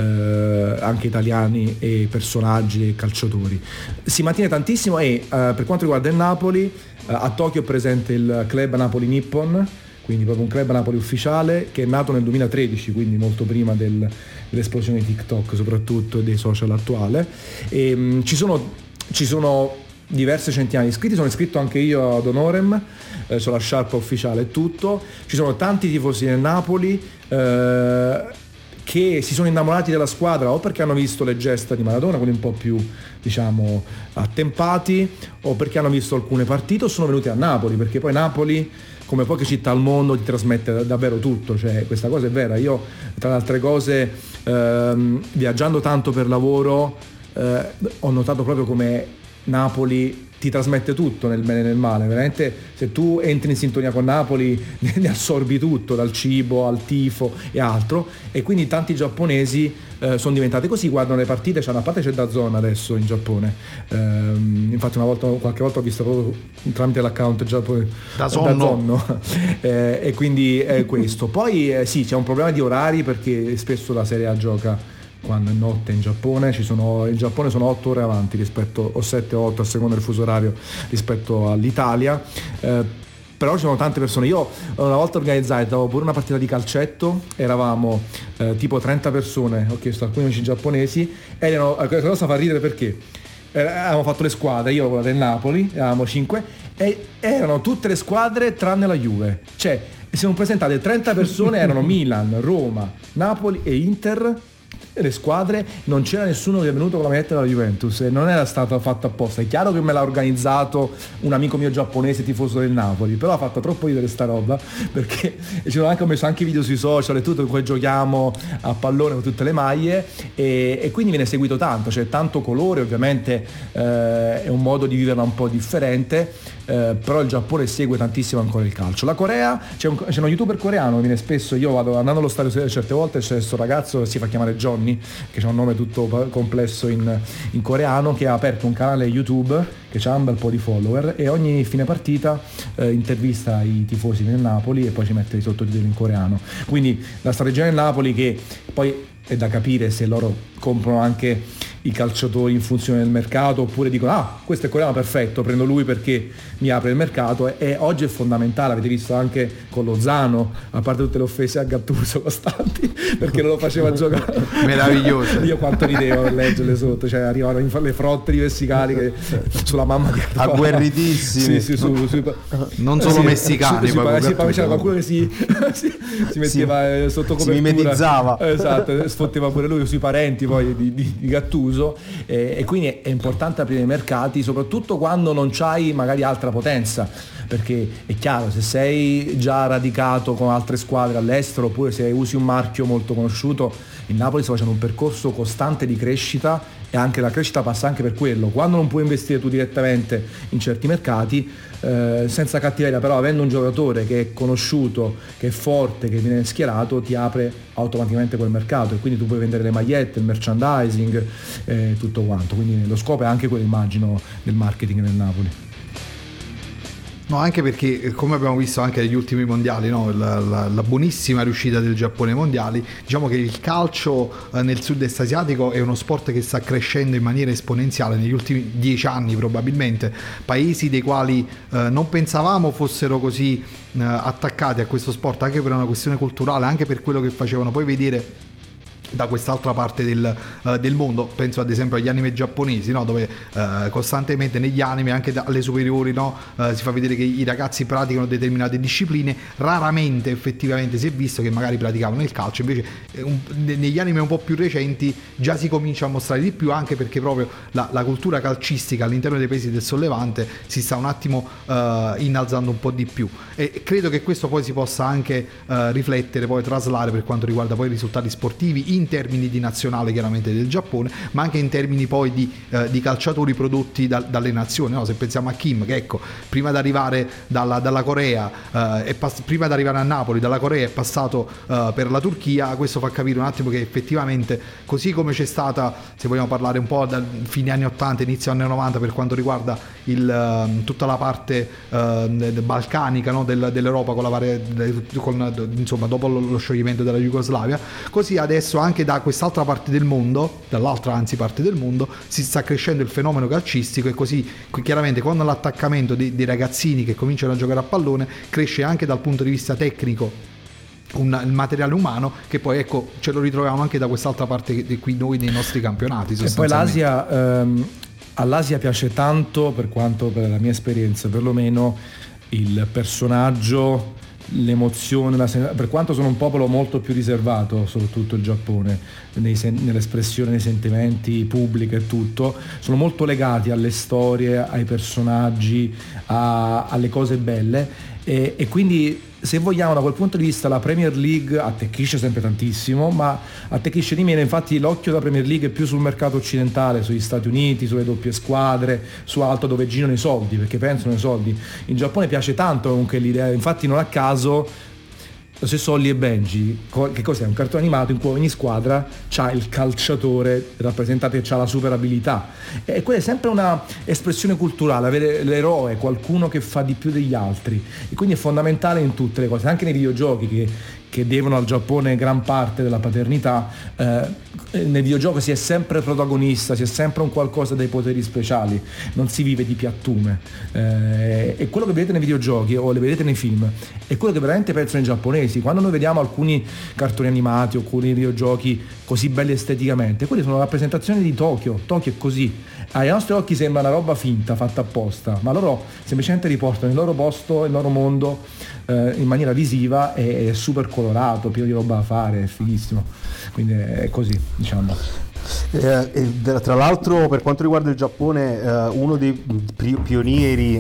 anche italiani e personaggi e calciatori. Si mantiene tantissimo e per quanto riguarda il Napoli, a Tokyo è presente il club Napoli Nippon, quindi proprio un club Napoli ufficiale che è nato nel 2013, quindi molto prima dell'esplosione di TikTok soprattutto e dei social attuale. E ci sono diverse centinaia di iscritti, sono iscritto anche io ad honorem, sulla sciarpa ufficiale e tutto. Ci sono tanti tifosi del Napoli che si sono innamorati della squadra o perché hanno visto le gesta di Maradona, quelli un po' più, diciamo, attempati, o perché hanno visto alcune partite o sono venuti a Napoli, perché poi Napoli, come poche città al mondo, ti trasmette davvero tutto, cioè questa cosa è vera. Io, tra le altre cose, viaggiando tanto per lavoro, ho notato proprio come Napoli ti trasmette tutto nel bene e nel male, veramente. Se tu entri in sintonia con Napoli ne assorbi tutto, dal cibo al tifo e altro, e quindi tanti giapponesi sono diventati così, guardano le partite, a parte c'è DAZN adesso in Giappone, infatti qualche volta ho visto proprio tramite l'account giapponese DAZN, e quindi è questo. Poi sì, c'è un problema di orari perché spesso la Serie A gioca quando è notte in Giappone. In Giappone sono 8 ore avanti rispetto, o 7 o 8 a seconda del fuso orario, rispetto all'Italia. Però ci sono tante persone. Io una volta organizzavo pure una partita di calcetto, eravamo tipo 30 persone, ho chiesto a alcuni amici giapponesi, e questa cosa fa ridere perché avevamo fatto le squadre, io quella del Napoli, eravamo 5 e erano tutte le squadre tranne la Juve, cioè siamo presentate 30 persone, erano Milan, Roma, Napoli e Inter, le squadre, non c'era nessuno che è venuto con la maglietta della Juventus e non era stato fatto apposta. È chiaro che me l'ha organizzato un amico mio giapponese tifoso del Napoli, però ha fatto troppo ridere sta roba, perché ho messo anche video sui social e tutto, in cui giochiamo a pallone con tutte le maglie e quindi viene seguito tanto, c'è tanto colore, ovviamente è un modo di viverla un po' differente, però il Giappone segue tantissimo ancora il calcio. La Corea, c'è uno youtuber coreano, viene spesso, io vado andando allo stadio certe volte, c'è questo ragazzo che si fa chiamare Johnny, che ha un nome tutto complesso in coreano, che ha aperto un canale YouTube che ha un bel po' di follower e ogni fine partita intervista i tifosi del Napoli e poi ci mette i sottotitoli in coreano. Quindi la strategia del Napoli, che poi è da capire se loro comprano anche i calciatori in funzione del mercato, oppure dicono questo è coreano, perfetto, prendo lui perché mi apre il mercato, e oggi è fondamentale. Avete visto anche con Lozano, a parte tutte le offese a Gattuso costanti perché non lo faceva giocare, meraviglioso. Io quanto ridevo a leggerle sotto, cioè arrivavano le frotte di messicani che sulla mamma di agguerritissimi, non solo messicani, poi c'era qualcuno che si metteva sotto copertura, si mimetizzava, esatto, sfotteva pure lui sui parenti poi di Gattuso, e quindi è importante aprire i mercati, soprattutto quando non c'hai magari altra potenza, perché è chiaro, se sei già radicato con altre squadre all'estero, oppure se usi un marchio molto conosciuto, il Napoli sta facendo un percorso costante di crescita, e anche la crescita passa anche per quello. Quando non puoi investire tu direttamente in certi mercati, senza cattiveria, però avendo un giocatore che è conosciuto, che è forte, che viene schierato, ti apre automaticamente quel mercato, e quindi tu puoi vendere le magliette, il merchandising, tutto quanto. Quindi lo scopo è anche quello, immagino, del marketing del Napoli. No, anche perché, come abbiamo visto anche negli ultimi mondiali, no? la buonissima riuscita del Giappone ai mondiali, diciamo che il calcio nel sud-est asiatico è uno sport che sta crescendo in maniera esponenziale negli ultimi 10 anni probabilmente. Paesi dei quali non pensavamo fossero così attaccati a questo sport, anche per una questione culturale, anche per quello che facevano poi vedere da quest'altra parte del mondo. Penso ad esempio agli anime giapponesi, no? Dove costantemente negli anime, anche alle superiori, no? Si fa vedere che i ragazzi praticano determinate discipline. Raramente effettivamente si è visto che magari praticavano il calcio, invece negli anime un po' più recenti già si comincia a mostrare di più, anche perché proprio la cultura calcistica all'interno dei paesi del sollevante si sta un attimo innalzando un po' di più, e credo che questo poi si possa anche riflettere, poi traslare per quanto riguarda poi i risultati sportivi in termini di nazionale chiaramente del Giappone, ma anche in termini poi di calciatori prodotti dalle nazioni, no? Se pensiamo a Kim, che ecco, prima di arrivare dalla Corea, prima di arrivare a Napoli dalla Corea è passato per la Turchia. Questo fa capire un attimo che effettivamente, così come c'è stata, se vogliamo parlare un po' dal fine anni 80 inizio anni 90 per quanto riguarda tutta la parte balcanica, no? dell'Europa insomma, dopo lo scioglimento della Jugoslavia, così adesso anche da quest'altra parte del mondo, dall'altra anzi parte del mondo, si sta crescendo il fenomeno calcistico, e così chiaramente con l'attaccamento dei ragazzini che cominciano a giocare a pallone cresce anche dal punto di vista tecnico il materiale umano, che poi ecco ce lo ritroviamo anche da quest'altra parte qui noi nei nostri campionati. E poi l'Asia, all'Asia piace tanto, per quanto per la mia esperienza perlomeno, il personaggio, l'emozione, per quanto sono un popolo molto più riservato, soprattutto il Giappone, nell'espressione dei sentimenti pubblica e tutto, sono molto legati alle storie, ai personaggi, alle cose belle, e quindi, se vogliamo, da quel punto di vista la Premier League attecchisce sempre tantissimo, ma attecchisce di meno. Infatti l'occhio della Premier League è più sul mercato occidentale, sugli Stati Uniti, sulle doppie squadre, su altro dove girano i soldi, perché pensano ai soldi. In Giappone piace tanto comunque l'idea, infatti non a caso lo stesso Holly e Benji, che cos'è? Un cartone animato in cui ogni squadra c'ha il calciatore rappresentato che ha la super abilità, e quella è sempre una espressione culturale, avere l'eroe, qualcuno che fa di più degli altri, e quindi è fondamentale in tutte le cose, anche nei videogiochi che devono al Giappone gran parte della paternità. Nel videogioco si è sempre protagonista, si è sempre un qualcosa dei poteri speciali, non si vive di piattume, e quello che vedete nei videogiochi o le vedete nei film è quello che veramente pensano i giapponesi. Quando noi vediamo alcuni cartoni animati o alcuni videogiochi così belli esteticamente, quelle sono rappresentazioni di Tokyo è così, ai nostri occhi sembra una roba finta, fatta apposta, ma loro semplicemente riportano il loro posto, il loro mondo in maniera visiva, e è super colorato, pieno di roba da fare, è fighissimo, quindi è così, diciamo. Tra l'altro, per quanto riguarda il Giappone, uno dei pionieri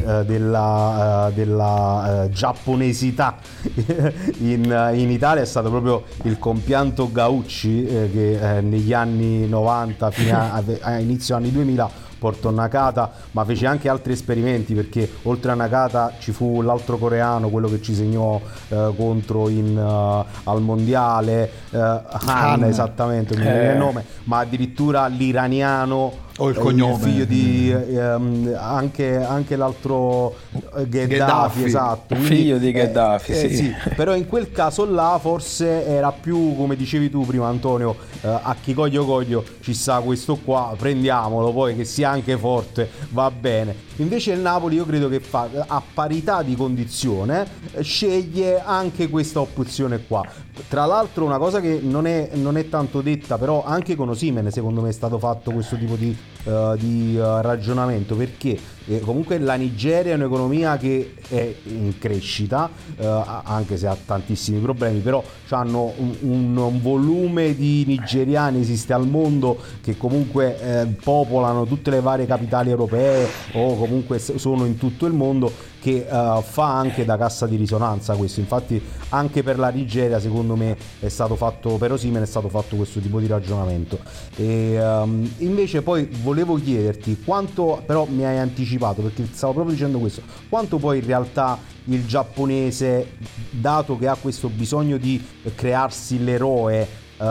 della giapponesità in Italia è stato proprio il compianto Gaucci, che negli anni 90 fino a inizio anni 2000 portò Nakata, ma fece anche altri esperimenti, perché oltre a Nakata ci fu l'altro coreano, quello che ci segnò contro al mondiale, Han, esattamente, non mi viene il nome, ma addirittura l'iraniano O il cognome. figlio di anche l'altro Gheddafi, esatto. Quindi, figlio di Gheddafi, sì. Però in quel caso là forse era più, come dicevi tu prima Antonio, a chi coglio ci sta questo qua, prendiamolo, poi che sia anche forte va bene. Invece il Napoli io credo che fa a parità di condizione, sceglie anche questa opzione qua. Tra l'altro una cosa che non è tanto detta, però anche con Osimhen secondo me è stato fatto questo tipo di ragionamento, perché comunque la Nigeria è un'economia che è in crescita, anche se ha tantissimi problemi, però hanno un volume di nigeriani esiste al mondo che comunque popolano tutte le varie capitali europee o comunque sono in tutto il mondo, che fa anche da cassa di risonanza questo. Infatti anche per la Nigeria secondo me è stato fatto, per Osimhen è stato fatto questo tipo di ragionamento. E invece poi volevo chiederti quanto, però mi hai anticipato perché stavo proprio dicendo questo, quanto poi in realtà il giapponese, dato che ha questo bisogno di crearsi l'eroe,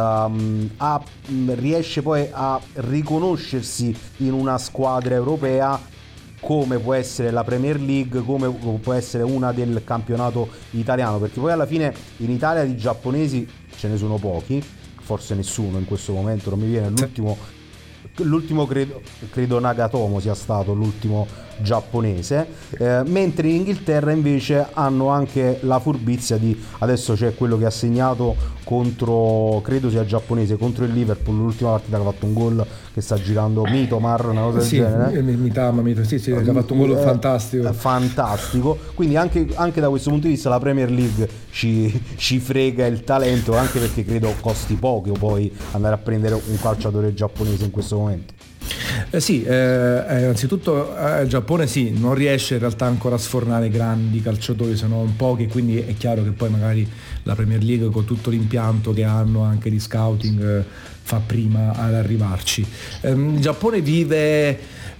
riesce poi a riconoscersi in una squadra europea come può essere la Premier League, come può essere una del campionato italiano, perché poi alla fine in Italia di giapponesi ce ne sono pochi, forse nessuno in questo momento, non mi viene l'ultimo credo Nagatomo sia stato l'ultimo giapponese, mentre in Inghilterra invece hanno anche la furbizia di, adesso c'è quello che ha segnato contro, credo sia giapponese, contro il Liverpool, l'ultima partita che ha fatto un gol che sta girando Mitomar, una cosa del genere. Mitama, sì, ha fatto un gol fantastico, quindi anche da questo punto di vista la Premier League ci frega il talento, anche perché credo costi poco poi andare a prendere un calciatore giapponese in questo momento. Innanzitutto il Giappone non riesce in realtà ancora a sfornare grandi calciatori, sono pochi, quindi è chiaro che poi magari la Premier League con tutto l'impianto che hanno anche di scouting fa prima ad arrivarci. Il Giappone vive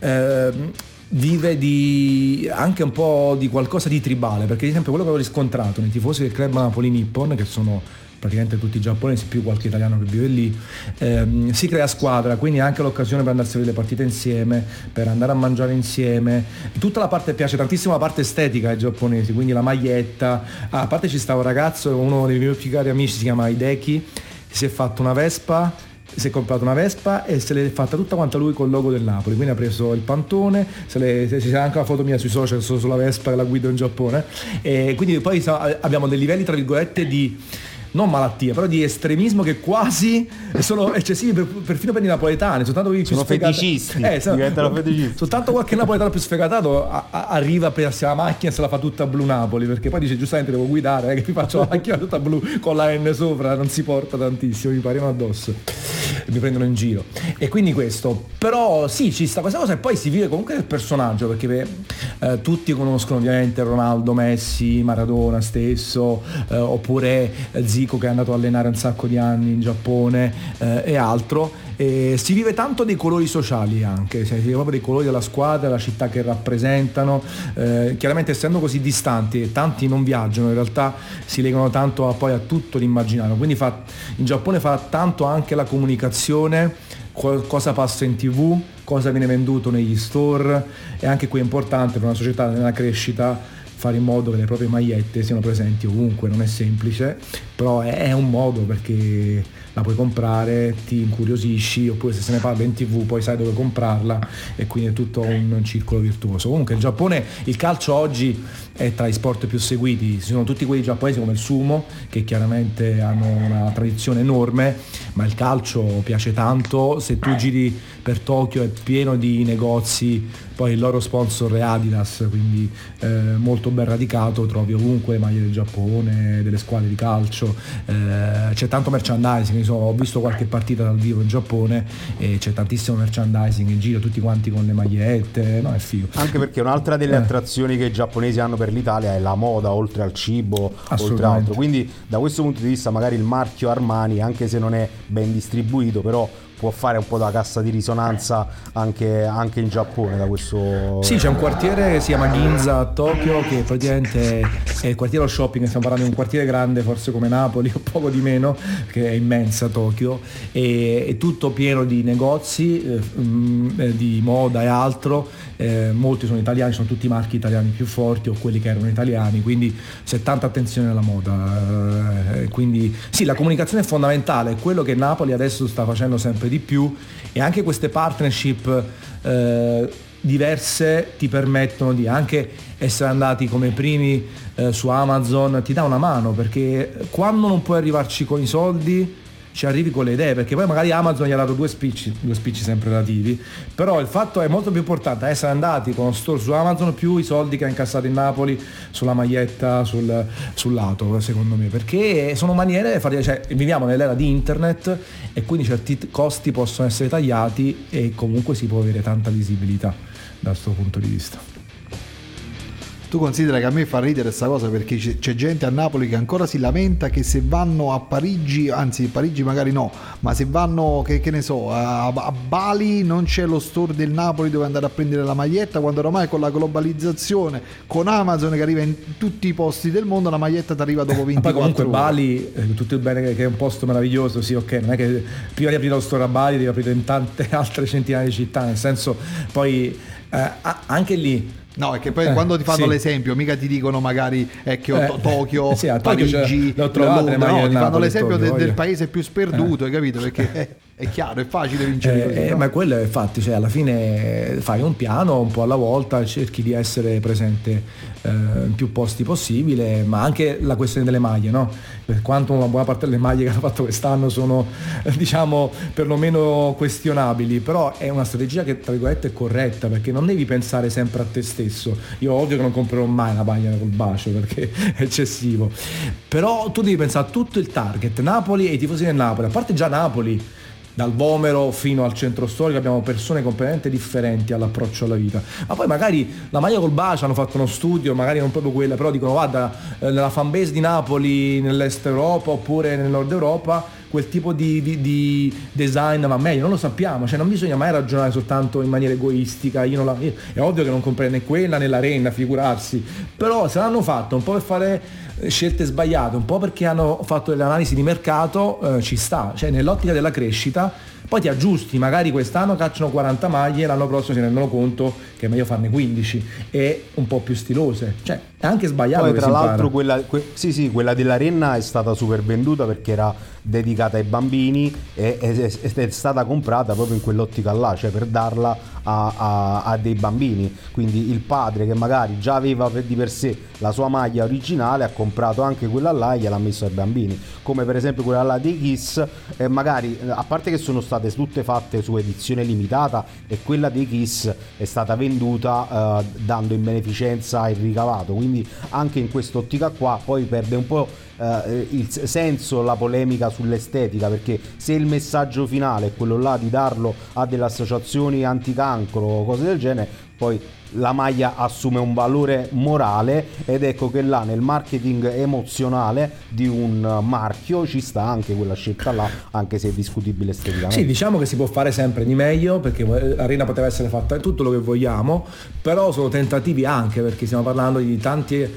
di anche un po' di qualcosa di tribale, perché ad esempio quello che ho riscontrato nei tifosi del club Napoli Nippon, che sono praticamente tutti giapponesi più qualche italiano che vive lì, si crea squadra, quindi anche l'occasione per andarsi a vedere le partite insieme, per andare a mangiare insieme. Tutta la parte, piace tantissimo la parte estetica ai giapponesi, quindi la maglietta, a parte ci sta un ragazzo, uno dei miei più cari amici, si chiama Hideki, si è fatto una Vespa, si è comprato una Vespa e se l'è fatta tutta quanta lui col logo del Napoli, quindi ha preso il pantone, c'è anche una foto mia sui social sulla Vespa che la guido in Giappone, e quindi poi abbiamo dei livelli tra virgolette di non malattia, però di estremismo che quasi sono eccessivi perfino per i napoletani, soltanto i più feticisti, diventano feticisti. Soltanto qualche napoletano più sfegatato arriva a prendersi la macchina e se la fa tutta blu Napoli, perché poi dice giustamente devo guidare, che mi faccio la macchina tutta blu con la N sopra, non si porta tantissimo, mi pariamo addosso, mi prendono in giro. E quindi questo, però sì, ci sta questa cosa e poi si vive comunque del personaggio, perché tutti conoscono ovviamente Ronaldo, Messi, Maradona stesso, oppure Zico che è andato a allenare un sacco di anni in Giappone e altro. Si vive tanto dei colori sociali anche, si vive proprio dei colori della squadra, la città che rappresentano, chiaramente essendo così distanti tanti non viaggiano, in realtà si legano tanto poi a tutto l'immaginario, quindi in Giappone fa tanto anche la comunicazione, cosa passa in TV, cosa viene venduto negli store, e anche qui è importante per una società nella crescita fare in modo che le proprie magliette siano presenti ovunque. Non è semplice, però è un modo, perché la puoi comprare, ti incuriosisci, oppure se ne parla in TV poi sai dove comprarla, e quindi è tutto un circolo virtuoso. Comunque il Giappone, il calcio oggi è tra i sport più seguiti, ci sono tutti quelli giapponesi come il sumo, che chiaramente hanno una tradizione enorme, ma il calcio piace tanto. Se tu giri per Tokyo è pieno di negozi, poi il loro sponsor è Adidas, quindi molto ben radicato, trovi ovunque maglie del Giappone, delle squadre di calcio, c'è tanto merchandising. Ho visto qualche partita dal vivo in Giappone e c'è tantissimo merchandising in giro, tutti quanti con le magliette, no, è figo. Anche perché un'altra delle attrazioni che i giapponesi hanno per l'Italia è la moda, oltre al cibo, oltre altro, quindi da questo punto di vista magari il marchio Armani, anche se non è ben distribuito, però può fare un po' da cassa di risonanza anche in Giappone da questo... Sì, c'è un quartiere che si chiama Ginza a Tokyo, che praticamente è il quartiere dello shopping, stiamo parlando di un quartiere grande forse come Napoli o poco di meno, che è immensa Tokyo, e è tutto pieno di negozi di moda e altro, molti sono italiani, sono tutti marchi italiani più forti o quelli che erano italiani, quindi c'è tanta attenzione alla moda, quindi sì, la comunicazione è fondamentale, è quello che Napoli adesso sta facendo sempre di più, e anche queste partnership diverse ti permettono di anche essere andati come primi su Amazon, ti dà una mano, perché quando non puoi arrivarci con i soldi ci arrivi con le idee, perché poi magari Amazon gli ha dato due spicci sempre relativi, però il fatto è molto più importante essere andati con store su Amazon più i soldi che ha incassato in Napoli sulla maglietta, sul lato, secondo me, perché sono maniere, cioè viviamo nell'era di internet e quindi certi costi possono essere tagliati e comunque si può avere tanta visibilità da questo punto di vista. Tu considera che a me fa ridere questa cosa, perché c'è gente a Napoli che ancora si lamenta che se vanno a Parigi, anzi Parigi magari no, ma se vanno che ne so a Bali non c'è lo store del Napoli dove andare a prendere la maglietta, quando ormai con la globalizzazione, con Amazon che arriva in tutti i posti del mondo, la maglietta ti arriva dopo 24 poi comunque ore. Bali, tutto il bene che è un posto meraviglioso, sì, ok, non è che prima di aprire lo store a Bali devi aprire in tante altre centinaia di città, nel senso poi anche lì. No, è che poi quando ti fanno l'esempio mica ti dicono magari Tokyo, sì, Parigi, Londra, no, ti fanno l'esempio Tokyo, del paese più sperduto, hai capito? Perché è chiaro, è facile vincere così, no? Ma quello infatti, cioè alla fine fai un piano un po' alla volta, cerchi di essere presente in più posti possibile, ma anche la questione delle maglie, no? Per quanto una buona parte delle maglie che hanno fatto quest'anno sono diciamo perlomeno questionabili, però è una strategia che tra virgolette è corretta, perché non devi pensare sempre a te stesso. Io ovvio che non comprerò mai la maglia col bacio perché è eccessivo, però tu devi pensare a tutto il target Napoli e i tifosi del Napoli, a parte già Napoli, dal Vomero fino al centro storico abbiamo persone completamente differenti all'approccio alla vita, ma poi magari la maglia col bacio hanno fatto uno studio, magari non proprio quella, però dicono guarda nella fanbase di Napoli nell'est Europa oppure nel nord Europa quel tipo di design va meglio, non lo sappiamo, cioè non bisogna mai ragionare soltanto in maniera egoistica, io è ovvio che non comprerei né quella né la Renna, figurarsi, però se l'hanno fatto un po' per fare scelte sbagliate, un po' perché hanno fatto delle analisi di mercato, ci sta, cioè nell'ottica della crescita poi ti aggiusti, magari quest'anno cacciano 40 maglie, l'anno prossimo si rendono conto che è meglio farne 15 e un po' più stilose, cioè è anche sbagliato. Poi tra l'altro quella della Renna è stata super venduta perché era dedicata ai bambini e è stata comprata proprio in quell'ottica là, cioè per darla a dei bambini, quindi il padre che magari già aveva di per sé la sua maglia originale ha comprato anche quella là e gliel'ha messo ai bambini, come per esempio quella là dei Kiss, magari a parte che sono state tutte fatte su edizione limitata e quella dei Kiss è stata venduta dando in beneficenza il ricavato, quindi anche in quest'ottica qua poi perde un po' il senso la polemica sull'estetica, perché se il messaggio finale è quello là di darlo a delle associazioni anticancro o cose del genere, poi la maglia assume un valore morale ed ecco che là nel marketing emozionale di un marchio ci sta anche quella scelta là, anche se è discutibile esteticamente. Sì, diciamo che si può fare sempre di meglio, perché l'Arena poteva essere fatta tutto lo che vogliamo, però sono tentativi anche perché stiamo parlando di tante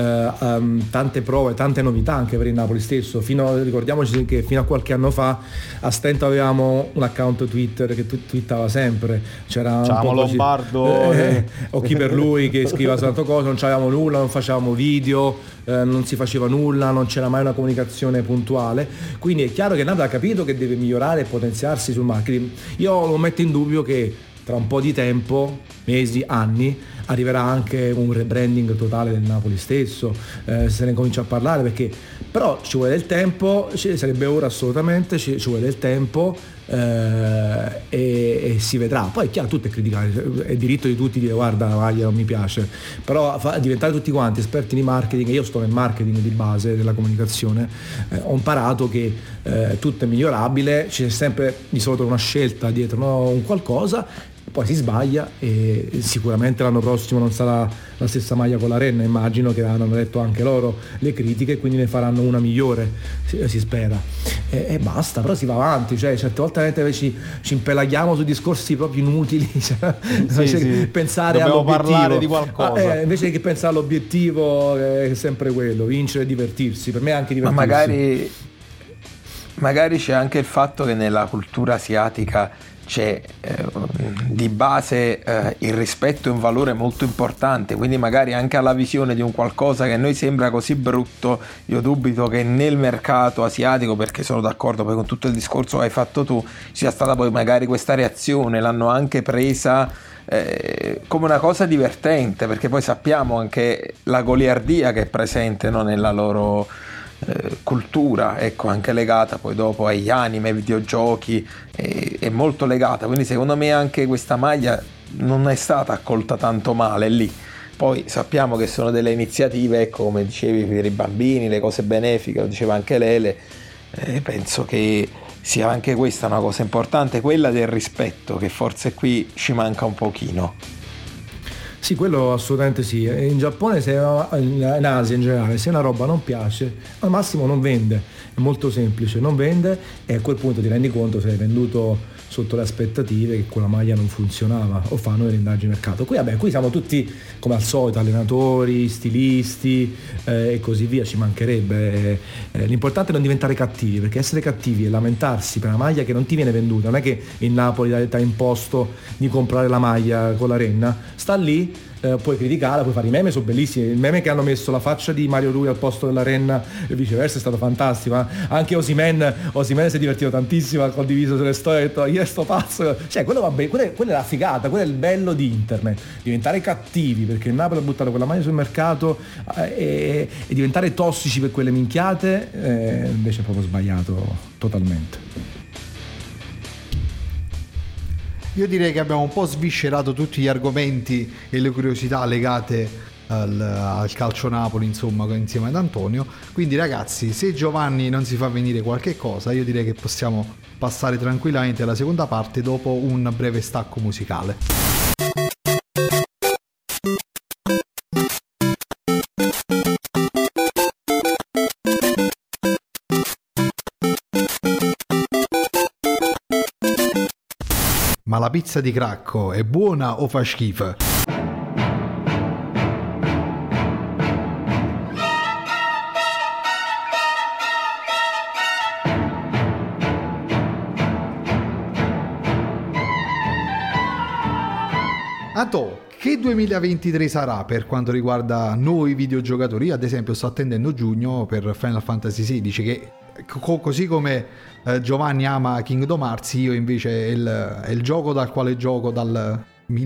prove, tante novità anche per il Napoli stesso. Ricordiamoci che fino a qualche anno fa a stento avevamo un account Twitter che twittava sempre, c'era un po' Lombardo o chi per lui che scriveva tante cose, non c'avevamo nulla, non facevamo video, non si faceva nulla, non c'era mai una comunicazione puntuale, quindi è chiaro che Napoli ha capito che deve migliorare e potenziarsi sul marketing. Io lo metto in dubbio che tra un po' di tempo, mesi, anni, arriverà anche un rebranding totale del Napoli stesso, se ne comincia a parlare, perché però ci vuole del tempo, sarebbe ora assolutamente, ci vuole del tempo e si vedrà. Poi è chiaro, tutto è criticare, è diritto di tutti dire guarda la maglia non mi piace, però diventare tutti quanti esperti di marketing, io sto nel marketing di base della comunicazione, ho imparato che tutto è migliorabile, c'è sempre di solito una scelta dietro, no? Un qualcosa. poi si sbaglia e sicuramente l'anno prossimo non sarà la stessa maglia con la Renna, immagino che hanno letto anche loro le critiche e quindi ne faranno una migliore, si spera, e basta. Però si va avanti, cioè certe volte ci impelaghiamo su discorsi proprio inutili, cioè, sì. pensare Dobbiamo all'obiettivo, parlare di qualcosa. invece che pensare all'obiettivo è sempre quello, vincere e divertirsi. Per me è anche divertirsi. Ma magari c'è anche il fatto che nella cultura asiatica c'è di base il rispetto è un valore molto importante, quindi magari anche alla visione di un qualcosa che a noi sembra così brutto, io dubito che nel mercato asiatico, perché sono d'accordo poi con tutto il discorso che hai fatto tu, sia stata poi magari questa reazione, l'hanno anche presa come una cosa divertente, perché poi sappiamo anche la goliardia che è presente, no, nella loro cultura, ecco, anche legata poi dopo agli anime, ai videogiochi, è molto legata, quindi secondo me anche questa maglia non è stata accolta tanto male lì. Poi sappiamo che sono delle iniziative, ecco, come dicevi, per i bambini, le cose benefiche, lo diceva anche Lele, penso che sia anche questa una cosa importante, quella del rispetto, che forse qui ci manca un pochino. Sì, quello assolutamente sì. In Giappone, in Asia in generale, se una roba non piace, al massimo non vende. È molto semplice, non vende, e a quel punto ti rendi conto se hai venduto sotto le aspettative che quella maglia non funzionava, o fanno delle indagini di mercato. Qui siamo tutti, come al solito, allenatori, stilisti e così via, ci mancherebbe. L'importante è non diventare cattivi, perché essere cattivi e lamentarsi per una maglia che non ti viene venduta, non è che il Napoli ti ha imposto di comprare la maglia con la Renna, sta lì. Puoi criticarla, puoi fare i meme, sono bellissimi. Il meme che hanno messo la faccia di Mario Rui al posto della Renna e viceversa è stato fantastico. Anche Osimhen si è divertito tantissimo, ha condiviso sulle storie, ha detto io sto pazzo, cioè quello va bene, quella è la figata, quello è il bello di internet, diventare cattivi perché il Napoli ha buttato quella maglia sul mercato e diventare tossici per quelle minchiate invece è proprio sbagliato totalmente. Io direi che abbiamo un po' sviscerato tutti gli argomenti e le curiosità legate al calcio Napoli, insomma, insieme ad Antonio. Quindi ragazzi, se Giovanni non si fa venire qualche cosa, io direi che possiamo passare tranquillamente alla seconda parte dopo un breve stacco musicale. Ma la pizza di Cracco è buona o fa schifo? Anto, che 2023 sarà per quanto riguarda noi videogiocatori? Io ad esempio sto attendendo giugno per Final Fantasy XVI, che così come Giovanni ama Kingdom Hearts, io invece è il gioco dal quale gioco dal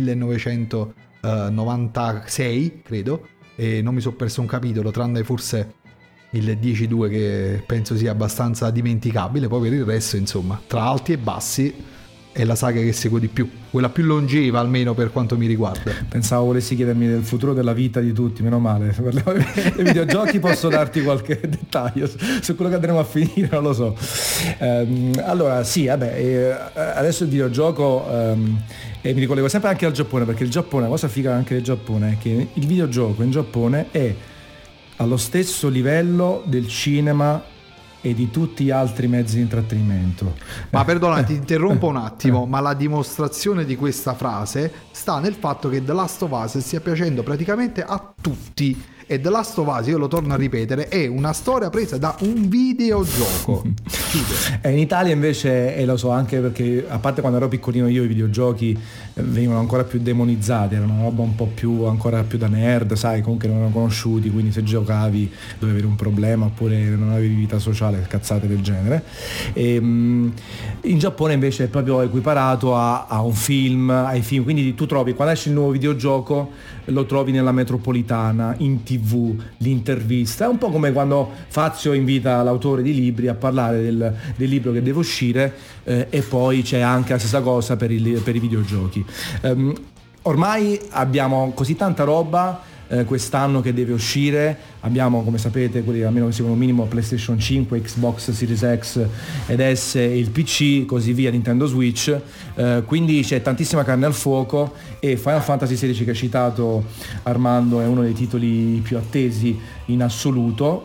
1996 credo, e non mi sono perso un capitolo tranne forse il 10-2 che penso sia abbastanza dimenticabile. Poi per il resto, insomma, tra alti e bassi è la saga che seguo di più, quella più longeva almeno per quanto mi riguarda. Pensavo volessi chiedermi del futuro della vita di tutti, meno male, se parliamo dei videogiochi posso darti qualche dettaglio su quello che andremo a finire, non lo so. Allora sì, adesso il videogioco e mi ricollego sempre anche al Giappone, perché il Giappone, la cosa figa anche del Giappone è che il videogioco in Giappone è allo stesso livello del cinema e di tutti gli altri mezzi di intrattenimento. Ma perdona, ti interrompo un attimo, ma la dimostrazione di questa frase sta nel fatto che The Last of Us stia piacendo praticamente a tutti. E The Last of Us, io lo torno a ripetere, è una storia presa da un videogioco. In Italia invece, e lo so anche perché, a parte quando ero piccolino io, i videogiochi venivano ancora più demonizzati, erano una roba un po' più, ancora più da nerd, sai, comunque non erano conosciuti, quindi se giocavi dovevi avere un problema oppure non avevi vita sociale, cazzate del genere. In Giappone invece è proprio equiparato a un film, ai film, quindi tu trovi, quando esce il nuovo videogioco lo trovi nella metropolitana, in TV, l'intervista, è un po' come quando Fazio invita l'autore di libri a parlare del libro che deve uscire, e poi c'è anche la stessa cosa per i videogiochi. Ormai abbiamo così tanta roba quest'anno che deve uscire. Abbiamo, come sapete, quelli almeno che seguono minimo PlayStation 5, Xbox Series X ed S e il PC, così via, Nintendo Switch, quindi c'è tantissima carne al fuoco, e Final Fantasy XVI che hai citato, Armando, è uno dei titoli più attesi in assoluto.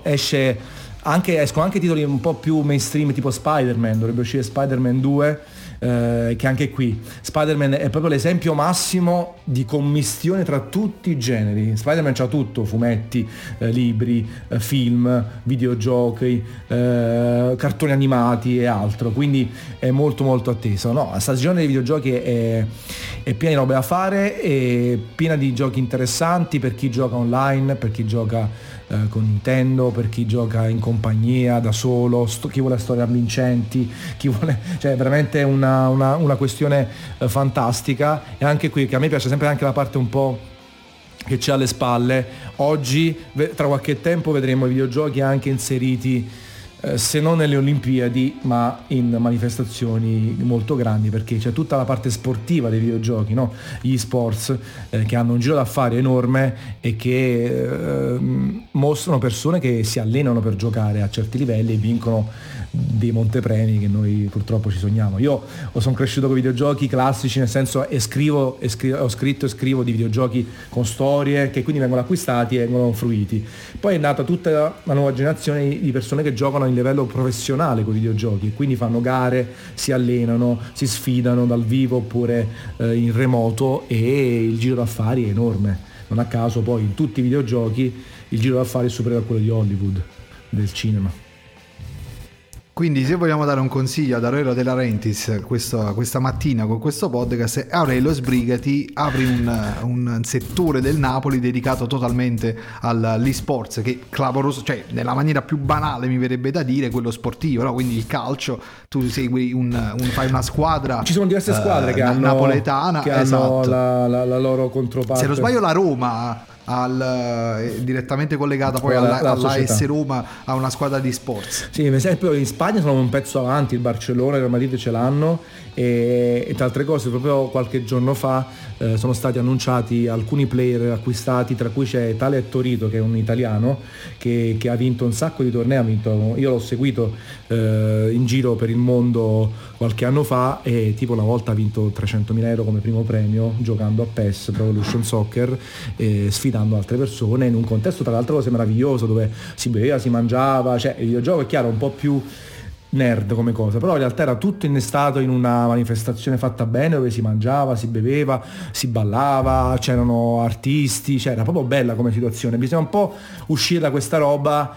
Escono anche titoli un po' più mainstream, tipo Spider-Man, dovrebbe uscire Spider-Man 2, che anche qui Spider-Man è proprio l'esempio massimo di commistione tra tutti i generi. Spider-Man c'ha tutto: fumetti, libri, film, videogiochi, cartoni animati e altro, quindi è molto molto atteso. No, la stagione dei videogiochi è piena di robe da fare, e piena di giochi interessanti per chi gioca online, per chi gioca con Nintendo, per chi gioca in compagnia, da solo, chi vuole storie avvincenti, chi vuole, cioè veramente una questione fantastica. E anche qui, che a me piace sempre anche la parte un po' che c'è alle spalle. Oggi, tra qualche tempo, vedremo i videogiochi anche inseriti, se non nelle Olimpiadi, ma in manifestazioni molto grandi, perché c'è tutta la parte sportiva dei videogiochi, no? Gli sports, che hanno un giro d'affari enorme e che mostrano persone che si allenano per giocare a certi livelli e vincono dei montepremi che noi purtroppo ci sogniamo. Io sono cresciuto con i videogiochi classici, nel senso ho scritto e scrivo di videogiochi con storie che quindi vengono acquistati e vengono fruiti. Poi è nata tutta la nuova generazione di persone che giocano a livello professionale con i videogiochi, quindi fanno gare, si allenano, si sfidano dal vivo oppure in remoto, e il giro d'affari è enorme. Non a caso poi in tutti i videogiochi il giro d'affari è superiore a quello di Hollywood, del cinema. Quindi se vogliamo dare un consiglio ad Aurelio De Laurentiis questa mattina con questo podcast: Aurelio, sbrigati, apri un settore del Napoli dedicato totalmente all'e-sports, che clamoroso, cioè nella maniera più banale mi verrebbe da dire quello sportivo, no? Quindi il calcio, tu segui fai una squadra, ci sono diverse squadre che hanno napoletana, che esatto, hanno la loro controparte. Se non sbaglio la Roma direttamente collegata poi all'AS Roma, a una squadra di sports. Sì, per esempio in Spagna sono un pezzo avanti, il Barcellona e il Real Madrid ce l'hanno, e tra altre cose proprio qualche giorno fa sono stati annunciati alcuni player acquistati, tra cui c'è Tale Torito, che è un italiano che ha vinto un sacco di tornei. Io l'ho seguito in giro per il mondo qualche anno fa, e tipo una volta ha vinto 300.000 euro come primo premio giocando a PES, Pro Evolution Soccer, sfidando altre persone in un contesto tra l'altro cose meraviglioso, dove si beveva, si mangiava, cioè il videogioco è chiaro un po' più nerd come cosa, però in realtà era tutto innestato in una manifestazione fatta bene, dove si mangiava, si beveva, si ballava, c'erano artisti, cioè era proprio bella come situazione. Bisogna un po' uscire da questa roba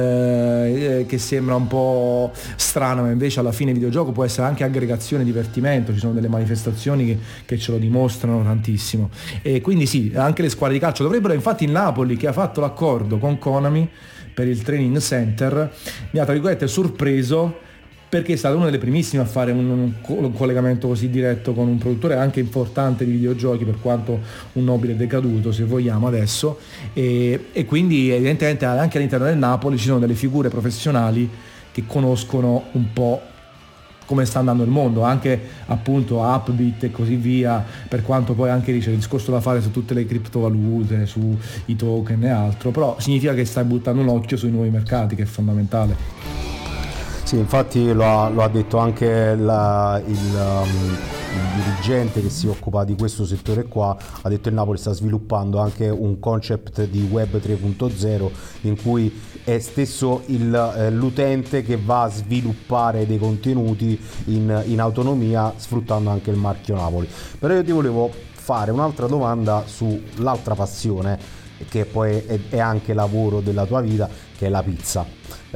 che sembra un po' strana, ma invece alla fine il videogioco può essere anche aggregazione, divertimento. Ci sono delle manifestazioni che ce lo dimostrano tantissimo, e quindi sì, anche le squadre di calcio dovrebbero. Infatti il Napoli, che ha fatto l'accordo con Konami per il training center, mi ha tra virgolette sorpreso, perché è stata una delle primissime a fare un collegamento così diretto con un produttore anche importante di videogiochi, per quanto un nobile decaduto, se vogliamo adesso, e quindi evidentemente anche all'interno del Napoli ci sono delle figure professionali che conoscono un po' come sta andando il mondo, anche appunto Upbit e così via, per quanto poi anche c'è il discorso da fare su tutte le criptovalute, sui token e altro, però significa che stai buttando un occhio sui nuovi mercati, che è fondamentale. Sì, infatti lo ha detto anche il dirigente che si occupa di questo settore qua. Ha detto il Napoli sta sviluppando anche un concept di web 3.0 in cui è stesso l'utente che va a sviluppare dei contenuti in autonomia, sfruttando anche il marchio Napoli. Però io ti volevo fare un'altra domanda sull'altra passione, che poi è anche lavoro della tua vita, che è la pizza.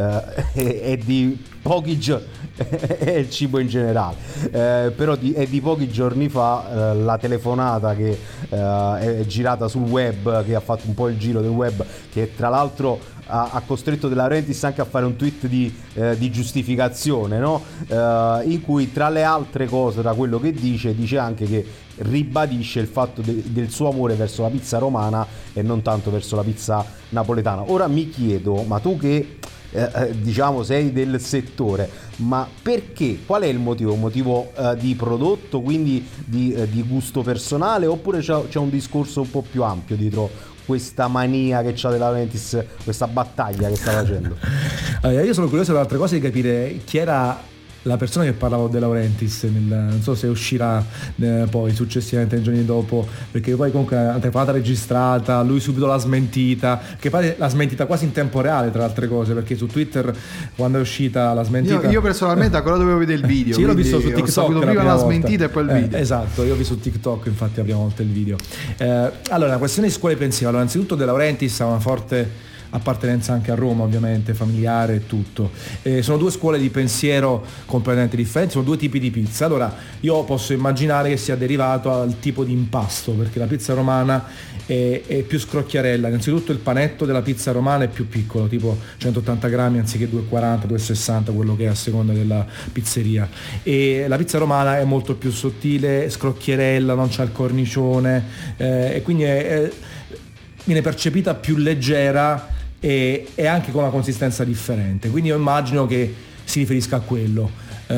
È di pochi è il cibo in generale, però è di pochi giorni fa la telefonata che è girata sul web, che ha fatto un po' il giro del web, che tra l'altro ha costretto De Laurentiis anche a fare un tweet di giustificazione, no? In cui tra le altre cose, da quello che dice anche che ribadisce il fatto del suo amore verso la pizza romana e non tanto verso la pizza napoletana. Ora mi chiedo, ma tu che diciamo sei del settore, ma perché? Qual è il motivo? Un motivo di prodotto, quindi di gusto personale, oppure c'è un discorso un po' più ampio dietro questa mania che c'ha De Laurentiis, questa battaglia che sta facendo? Allora, io sono curioso da altre cose di capire chi era la persona che parlava De Laurentiis non so se uscirà poi successivamente nei giorni dopo, perché poi comunque la telefonata registrata, lui subito l'ha smentita, che poi l'ha smentita quasi in tempo reale tra altre cose, perché su Twitter quando è uscita la smentita, io personalmente ancora dovevo vedere il video. Sì, io l'ho visto su TikTok prima la smentita e poi il video. Esatto, io ho visto su TikTok infatti la prima volta il video. Allora, la questione di scuole e pensiero, allora, innanzitutto De Laurentiis ha una forte appartenenza anche a Roma, ovviamente, familiare e tutto. Sono due scuole di pensiero completamente differenti, sono due tipi di pizza. Allora, io posso immaginare che sia derivato al tipo di impasto, perché la pizza romana è più scrocchiarella. Innanzitutto il panetto della pizza romana è più piccolo, tipo 180 grammi anziché 240, 260, quello che è a seconda della pizzeria. E la pizza romana è molto più sottile, scrocchierella, non c'ha il cornicione, e quindi viene percepita più leggera e anche con una consistenza differente, quindi io immagino che si riferisca a quello.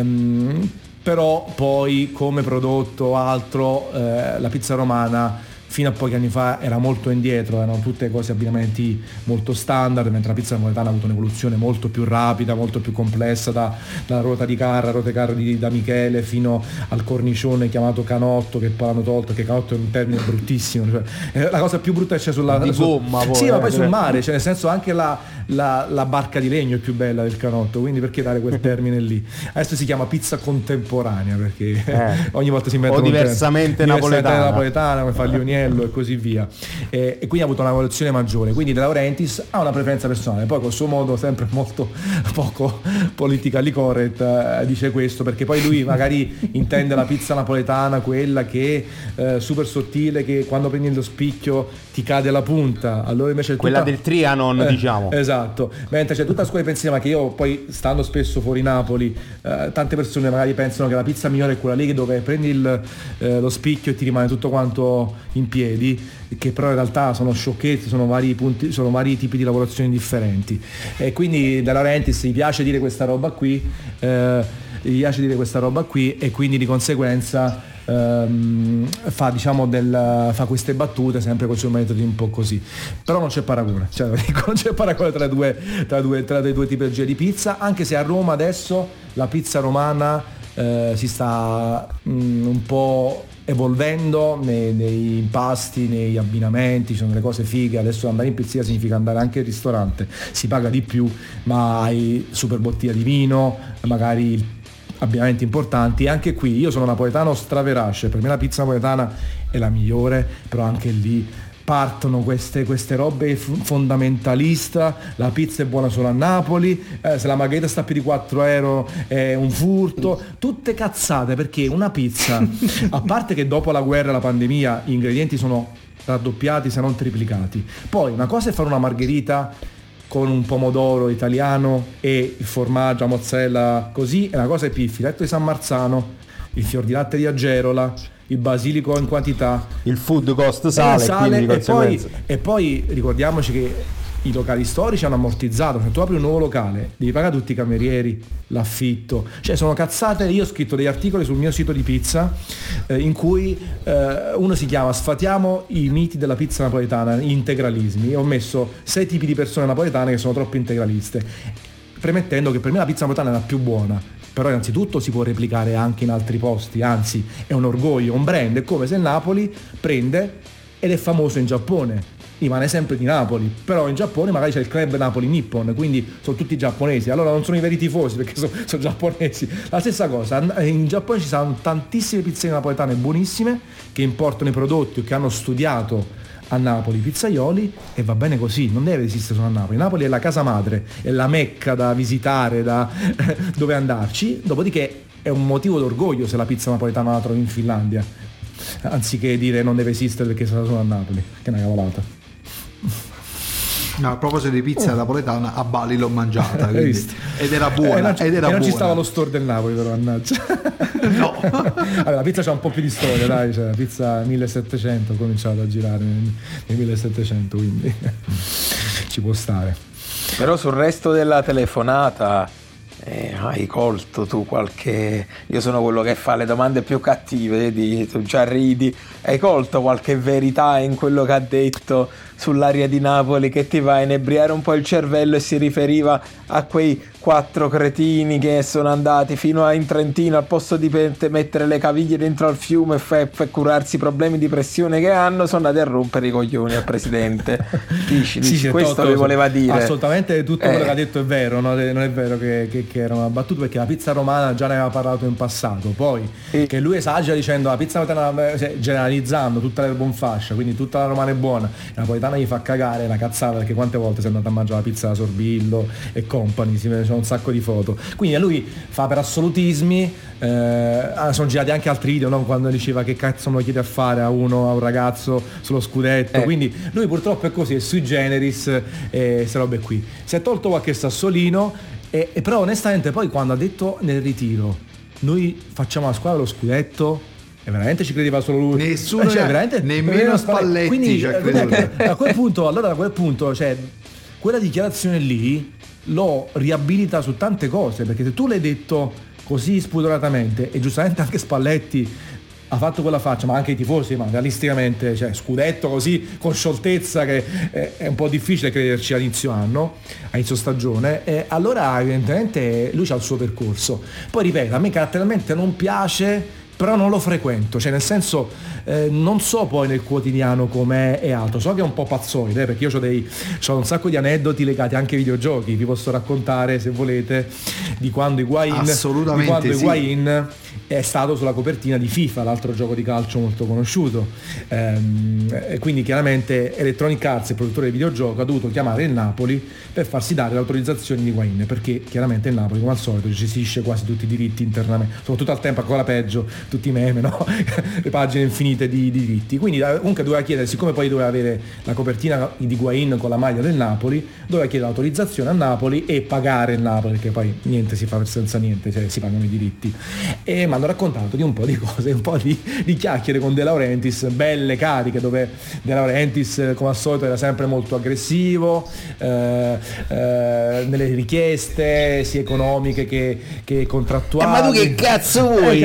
Però poi come prodotto altro, la pizza romana fino a pochi anni fa era molto indietro, erano tutte cose, abbinamenti molto standard, mentre la pizza napoletana ha avuto un'evoluzione molto più rapida, molto più complessa, dalla ruota di carra da Michele fino al cornicione chiamato canotto, che poi l'hanno tolto, che canotto è un termine bruttissimo, cioè, la cosa più brutta che c'è sulla di gomma poi, sì, ma poi sul mare, cioè nel senso anche la barca di legno è più bella del canotto, quindi perché dare quel termine lì? Adesso si chiama pizza contemporanea, perché ogni volta si inventa o diversamente napoletana, come fa gli onieri e così via, e quindi ha avuto una evoluzione maggiore. Quindi De Laurentiis ha una preferenza personale, poi col suo modo sempre molto poco politically correct dice questo, perché poi lui magari intende la pizza napoletana, quella che super sottile, che quando prendi lo spicchio ti cade la punta, allora invece quella del Trianon, diciamo. Esatto, mentre c'è tutta la scuola di pensiero, ma che io poi stando spesso fuori Napoli, tante persone magari pensano che la pizza migliore è quella lì dove prendi lo spicchio e ti rimane tutto quanto in piedi, che però in realtà sono sciocchezze, sono vari punti, sono vari tipi di lavorazioni differenti. E quindi De Laurentiis gli piace dire questa roba qui, e quindi di conseguenza fa queste battute sempre col suo metodo un po' così, però non c'è paragone, cioè, non c'è paragone tra le due tipologie di pizza, anche se a Roma adesso la pizza romana si sta un po' evolvendo nei impasti, negli abbinamenti, ci sono delle cose fighe. Adesso andare in pizzeria significa andare anche al ristorante, si paga di più, ma hai super bottiglia di vino, magari abbinamenti importanti. Anche qui io sono napoletano straverace, per me la pizza napoletana è la migliore, però anche lì partono queste robe fondamentalista, la pizza è buona solo a Napoli, se la margherita sta più di 4 euro è un furto, tutte cazzate, perché una pizza, a parte che dopo la guerra e la pandemia gli ingredienti sono raddoppiati se non triplicati, poi una cosa è fare una margherita con un pomodoro italiano e il formaggio, la mozzarella così, e una cosa è il filetto di San Marzano, il fior di latte di Agerola, il basilico in quantità, il food cost sale e poi ricordiamoci che i locali storici hanno ammortizzato. Se tu apri un nuovo locale devi pagare tutti i camerieri, l'affitto, cioè sono cazzate. Io ho scritto degli articoli sul mio sito di pizza in cui uno si chiama "Sfatiamo i miti della pizza napoletana, integralismi", e ho messo 6 tipi di persone napoletane che sono troppo integraliste, premettendo che per me la pizza napoletana è la più buona. Però innanzitutto si può replicare anche in altri posti, anzi è un orgoglio, un brand, è come se Napoli prende ed è famoso in Giappone, rimane sempre di Napoli, però in Giappone magari c'è il club Napoli Nippon, quindi sono tutti giapponesi, allora non sono i veri tifosi perché sono giapponesi. La stessa cosa, in Giappone ci sono tantissime pizzerie napoletane buonissime che importano i prodotti o che hanno studiato a Napoli pizzaioli, e va bene così, non deve esistere solo a Napoli. Napoli è la casa madre, è la mecca da visitare, da dove andarci, dopodiché è un motivo d'orgoglio se la pizza napoletana la trovi in Finlandia, anziché dire non deve esistere perché sarà solo a Napoli, che è una cavolata. No, a proposito di pizza napoletana, a Bali l'ho mangiata, quindi, ed era buona, non ci stava lo store del Napoli, però mannaggia. No. Allora, la pizza c'ha un po' più di storia, dai, cioè, la pizza 1700, ho cominciato a girare nel 1700, quindi ci può stare. Però sul resto della telefonata hai colto tu qualche... Io sono quello che fa le domande più cattive, tu già ridi. Hai colto qualche verità in quello che ha detto sull'aria di Napoli che ti va a inebriare un po' il cervello, e si riferiva a quei 4 cretini che sono andati fino in Trentino al posto di mettere le caviglie dentro al fiume e curarsi i problemi di pressione che hanno, sono andati a rompere i coglioni al presidente. Dici, questo che voleva dire. Assolutamente tutto quello che ha detto è vero, non è vero che era una battuta, perché la pizza romana già ne aveva parlato in passato. Poi che lui esagera dicendo la pizza napoletana, generalizzando tutta l'erba in fascia, quindi tutta la romana è buona, la napoletana gli fa cagare, una cazzata, perché quante volte sei andato a mangiare la pizza da Sorbillo e company, c'è un sacco di foto. Quindi a lui fa per assolutismi, sono girati anche altri video, no? Quando diceva che cazzo me lo chiede a fare a un ragazzo sullo scudetto, quindi lui purtroppo è così, è sui generis e queste robe qui. Si è tolto qualche sassolino e però onestamente poi quando ha detto nel ritiro noi facciamo la squadra lo scudetto, e veramente ci credeva solo lui, nessuno, veramente nemmeno Spalletti. Quindi a quel punto cioè, quella dichiarazione lì lo riabilita su tante cose, perché se tu l'hai detto così spudoratamente, e giustamente anche Spalletti ha fatto quella faccia, ma anche i tifosi, ma realisticamente, cioè scudetto così con scioltezza, che è un po' difficile crederci a inizio stagione, e allora evidentemente lui c'ha il suo percorso. Poi ripeto, a me caratterialmente non piace, però non lo frequento, cioè nel senso non so poi nel quotidiano com'è e altro, so che è un po' pazzoide, perché io ho un sacco di aneddoti legati anche ai videogiochi, vi posso raccontare se volete di quando Higuain è stato sulla copertina di FIFA, l'altro gioco di calcio molto conosciuto, e quindi chiaramente Electronic Arts, il produttore del videogioco, ha dovuto chiamare il Napoli per farsi dare l'autorizzazione di Higuain, perché chiaramente il Napoli come al solito gestisce quasi tutti i diritti internamente, soprattutto al tempo ancora peggio, tutti i meme, no? Le pagine infinite di diritti. Quindi comunque doveva chiedere, siccome poi doveva avere la copertina di Higuain con la maglia del Napoli, doveva chiedere l'autorizzazione a Napoli e pagare il Napoli, perché poi niente si fa senza niente, cioè si pagano i diritti. E mi hanno raccontato di un po' di cose, un po' di chiacchiere con De Laurentiis, belle cariche, dove De Laurentiis come al solito era sempre molto aggressivo nelle richieste sia economiche che contrattuali. Ma tu che cazzo vuoi?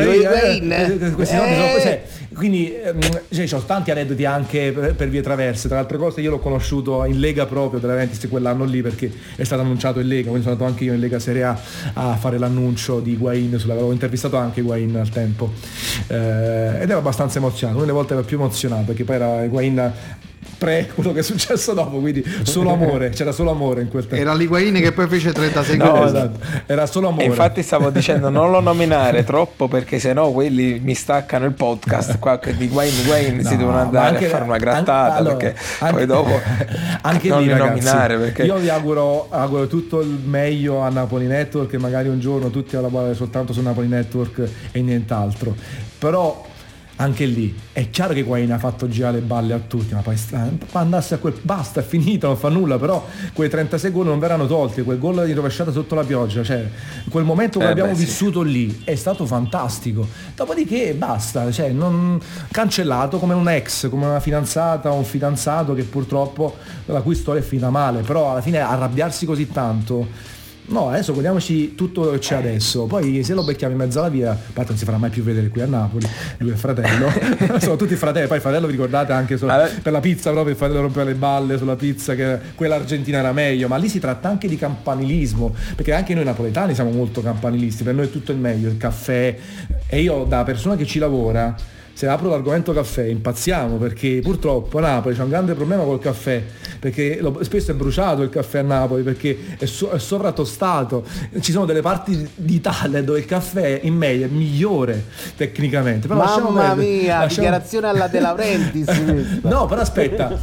Questi nomi sono, quindi ci sono tanti aneddoti anche per vie traverse. Tra le altre cose io l'ho conosciuto in Lega proprio De Laurentiis quell'anno lì, perché è stato annunciato in Lega, quindi sono andato anche io in Lega Serie a fare l'annuncio di Higuain, avevo intervistato anche Higuain al tempo, ed ero abbastanza emozionato, una delle volte ero più emozionato, perché poi era Higuain quello che è successo dopo, quindi solo amore, c'era solo amore in quel tempo. Era l'Higuain che poi fece 36 gol. No, esatto. Era solo amore. E infatti stavo dicendo non lo nominare troppo, perché sennò quelli mi staccano il podcast qua, che di Higuain si devono andare a fare una grattata, perché poi dopo anche non lì, li ragazzi, nominare, perché io vi auguro tutto il meglio a Napoli Network, e magari un giorno tutti a lavorare soltanto su Napoli Network e nient'altro, però anche lì è chiaro che Higuain ha fatto girare le balle a tutti, ma poi andasse a quel basta, è finito, non fa nulla, però quei 36 gol non verranno tolti, quel gol di rovesciata sotto la pioggia, cioè quel momento che abbiamo vissuto lì è stato fantastico, dopodiché basta, cioè non cancellato come un ex, come una fidanzata o un fidanzato che purtroppo la cui storia è finita male, però alla fine arrabbiarsi così tanto. No, adesso godiamoci tutto che c'è adesso, poi se lo becchiamo in mezzo alla via, a parte non si farà mai più vedere qui a Napoli, lui è fratello, sono tutti fratelli, poi il fratello vi ricordate anche per la pizza, proprio il fratello rompeva le balle sulla pizza, che quella argentina era meglio, ma lì si tratta anche di campanilismo, perché anche noi napoletani siamo molto campanilisti, per noi tutto è meglio, il caffè, e io da persona che ci lavora, se apro l'argomento caffè impazziamo, perché purtroppo a Napoli c'è un grande problema col caffè, perché spesso è bruciato il caffè a Napoli, perché è sovratostato, ci sono delle parti d'Italia dove il caffè in media è migliore tecnicamente, però mamma mia, dichiarazione alla De Laurentiis. No, però aspetta,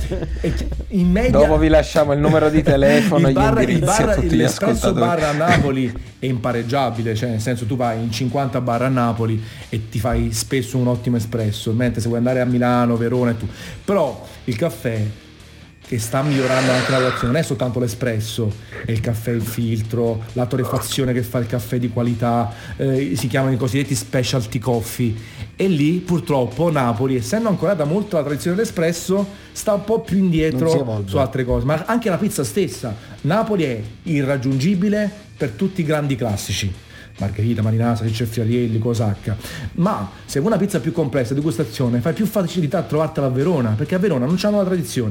in media dopo vi lasciamo il numero di telefono e gli indirizzi a tutti gli ascoltatori. L'espresso bar a Napoli è impareggiabile, cioè nel senso tu vai in 50 bar a Napoli e ti fai spesso un ottimo espresso, mentre se vuoi andare a Milano, Verona e tu, però il caffè che sta migliorando anche la lavorazione non è soltanto l'espresso, è il caffè in filtro, la torrefazione che fa il caffè di qualità, si chiamano i cosiddetti specialty coffee, e lì purtroppo Napoli, essendo ancora da molto la tradizione dell'espresso, sta un po' più indietro su altre cose, ma anche la pizza stessa, Napoli è irraggiungibile per tutti i grandi classici, margherita, marinara, ceffiarielli, cosacca, ma se vuoi una pizza più complessa di gustazione fai più facilità a trovartela a Verona, perché a Verona non c'hanno la tradizione.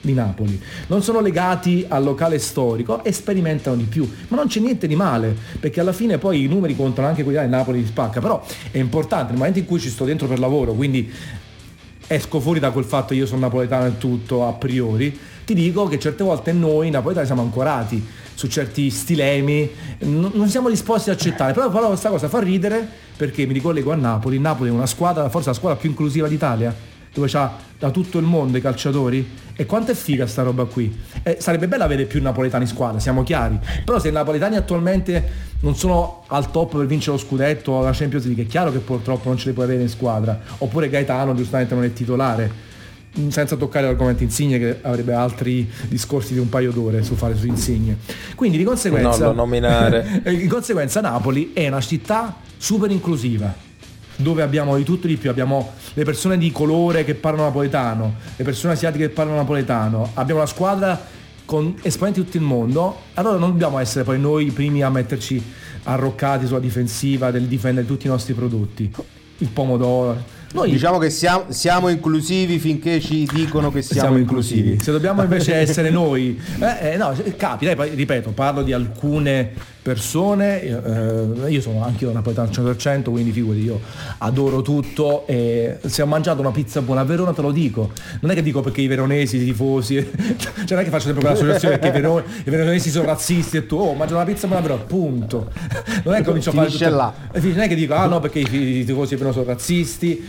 di Napoli, non sono legati al locale storico e sperimentano di più, ma non c'è niente di male, perché alla fine poi i numeri contano, anche quelli, Napoli spacca, però è importante nel momento in cui ci sto dentro per lavoro, quindi esco fuori da quel fatto io sono napoletano e tutto a priori, ti dico che certe volte noi napoletani siamo ancorati su certi stilemi, non siamo disposti ad accettare, però questa cosa fa ridere perché mi ricollego a Napoli. Napoli è una squadra, forse la squadra più inclusiva d'Italia, dove c'ha da tutto il mondo i calciatori, e quanto è figa sta roba qui. Sarebbe bello avere più napoletani in squadra, siamo chiari, però se i napoletani attualmente non sono al top per vincere lo scudetto o la Champions League, è chiaro che purtroppo non ce li puoi avere in squadra. Oppure Gaetano giustamente non è titolare, senza toccare l'argomento Insigne, che avrebbe altri discorsi di un paio d'ore su Insigne. Quindi di conseguenza non lo nominare. di conseguenza Napoli è una città super inclusiva, dove abbiamo di tutto e di più, abbiamo le persone di colore che parlano napoletano, le persone asiatiche che parlano napoletano, abbiamo una squadra con esponenti di tutto il mondo. Allora non dobbiamo essere poi noi i primi a metterci arroccati sulla difensiva del difendere tutti i nostri prodotti, il pomodoro. Noi diciamo che siamo inclusivi finché ci dicono che siamo inclusivi. Se dobbiamo invece essere noi, no, capita, poi ripeto, parlo di alcune persone, io sono anche io napoletano al 100%, quindi figurati, io adoro tutto, e se ho mangiato una pizza buona a Verona te lo dico, non è che dico perché i veronesi, i tifosi, cioè non è che faccio sempre quell'associazione perché i veronesi sono razzisti e tu ho mangiato una pizza buona a Verona, punto. Non è che comincio a fare tutto, là. Non è che dico no perché i tifosi di Verona sono razzisti,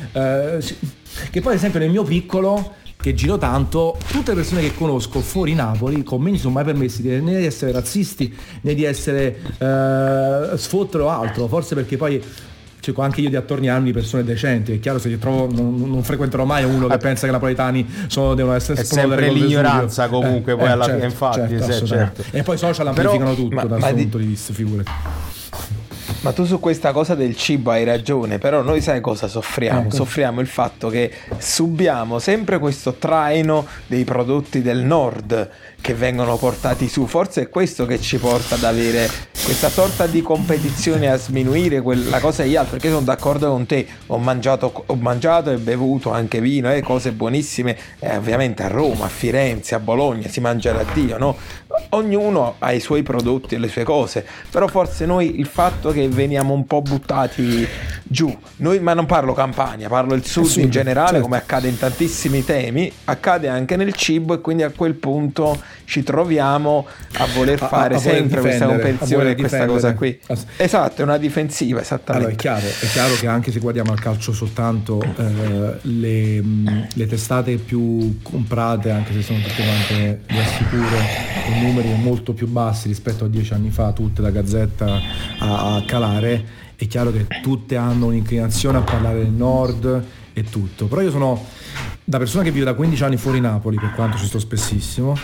che poi ad esempio nel mio piccolo, che giro tanto, tutte le persone che conosco fuori Napoli con me non sono mai permessi né di essere razzisti né di essere sfottere o altro, forse perché poi cerco anche io di attorniarmi di persone decenti. È chiaro, se io trovo non frequenterò mai uno che pensa che i napoletani devono essere è sempre l'ignoranza comunque poi alla fine, infatti certo. E poi i social amplificano tutto da questo punto di vista, figurati. Ma tu su questa cosa del cibo hai ragione, però noi sai cosa soffriamo? Soffriamo il fatto che subiamo sempre questo traino dei prodotti del nord che vengono portati su. Forse è questo che ci porta ad avere questa sorta di competizione a sminuire la cosa degli altri, perché sono d'accordo con te, ho mangiato e bevuto anche vino e cose buonissime, ovviamente a Roma, a Firenze, a Bologna si mangerà Dio, no? Ognuno ha i suoi prodotti e le sue cose, però forse noi il fatto che veniamo un po' buttati giù, noi, ma non parlo Campania, parlo il sud in generale, certo. Come accade in tantissimi temi, accade anche nel cibo, e quindi a quel punto ci troviamo a voler fare sempre questa competizione e questa cosa qui. Esatto, è una difensiva, esattamente. Allora, è chiaro che anche se guardiamo al calcio soltanto, le testate più comprate, anche se sono tutte quante, vi assicuro, con numeri molto più bassi rispetto a 10 anni fa, tutte da Gazzetta a Calare, è chiaro che tutte hanno un'inclinazione a parlare del nord e tutto. Però io sono, da persona che vive da 15 anni fuori Napoli, per quanto ci sto spessissimo,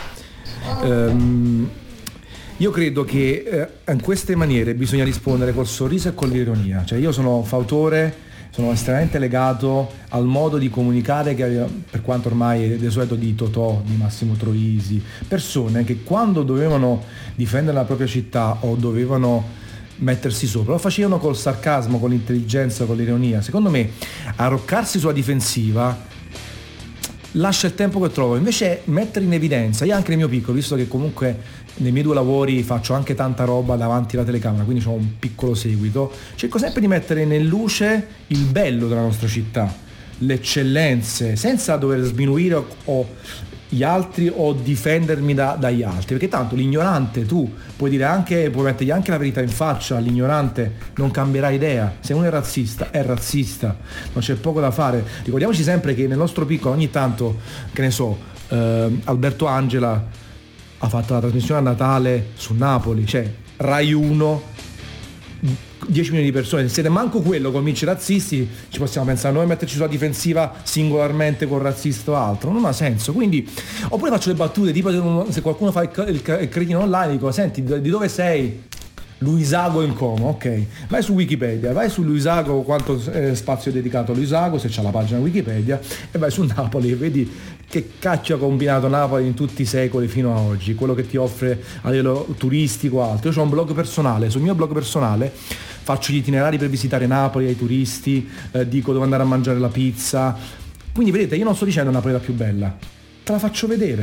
io credo che in queste maniere bisogna rispondere col sorriso e con l'ironia. Cioè io sono fautore, sono estremamente legato al modo di comunicare che, per quanto ormai è desueto, di Totò, di Massimo Troisi, persone che quando dovevano difendere la propria città o dovevano mettersi sopra, lo facevano col sarcasmo, con l'intelligenza, con l'ironia. Secondo me arroccarsi sulla difensiva lascia il tempo che trovo, invece mettere in evidenza, io anche nel mio piccolo, visto che comunque nei miei 2 lavori faccio anche tanta roba davanti alla telecamera, quindi ho un piccolo seguito, cerco sempre di mettere in luce il bello della nostra città, le eccellenze, senza dover sminuire o gli altri o difendermi dagli altri, perché tanto l'ignorante, tu puoi mettergli anche la verità in faccia all'ignorante, non cambierà idea. Se uno è razzista, non c'è poco da fare. Ricordiamoci sempre che nel nostro piccolo ogni tanto, che ne so, Alberto Angela ha fatto la trasmissione a Natale su Napoli, cioè Rai 1, 10 milioni di persone, se siete manco quello convince i razzisti, ci possiamo pensare noi a metterci sulla difensiva singolarmente con razzista o altro, non ha senso. Quindi, oppure faccio le battute tipo se qualcuno fa il cretino online, dico senti, di dove sei? Luisago in Como, ok, vai su Wikipedia, vai su Luisago, quanto spazio è dedicato a Luisago, se c'è la pagina Wikipedia, e vai su Napoli e vedi che cacchio ha combinato Napoli in tutti i secoli fino a oggi, quello che ti offre a livello turistico o altro. Io ho un blog personale, sul mio blog personale faccio gli itinerari per visitare Napoli ai turisti, dico dove andare a mangiare la pizza, quindi vedete, io non sto dicendo Napoli è la più bella, te la faccio vedere.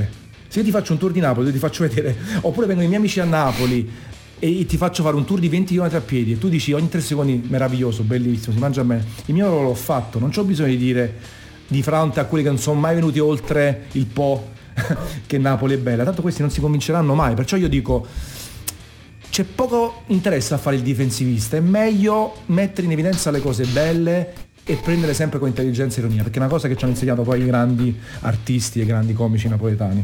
Se io ti faccio un tour di Napoli, ti faccio vedere, oppure vengono i miei amici a Napoli e ti faccio fare un tour di 20 km a piedi e tu dici ogni 3 secondi meraviglioso, bellissimo, si mangia bene, il mio l'ho fatto, non c'ho bisogno di dire di fronte a quelli che non sono mai venuti oltre il Po che Napoli è bella, tanto questi non si convinceranno mai, perciò io dico c'è poco interesse a fare il difensivista, è meglio mettere in evidenza le cose belle e prendere sempre con intelligenza e ironia, perché è una cosa che ci hanno insegnato poi i grandi artisti e i grandi comici napoletani.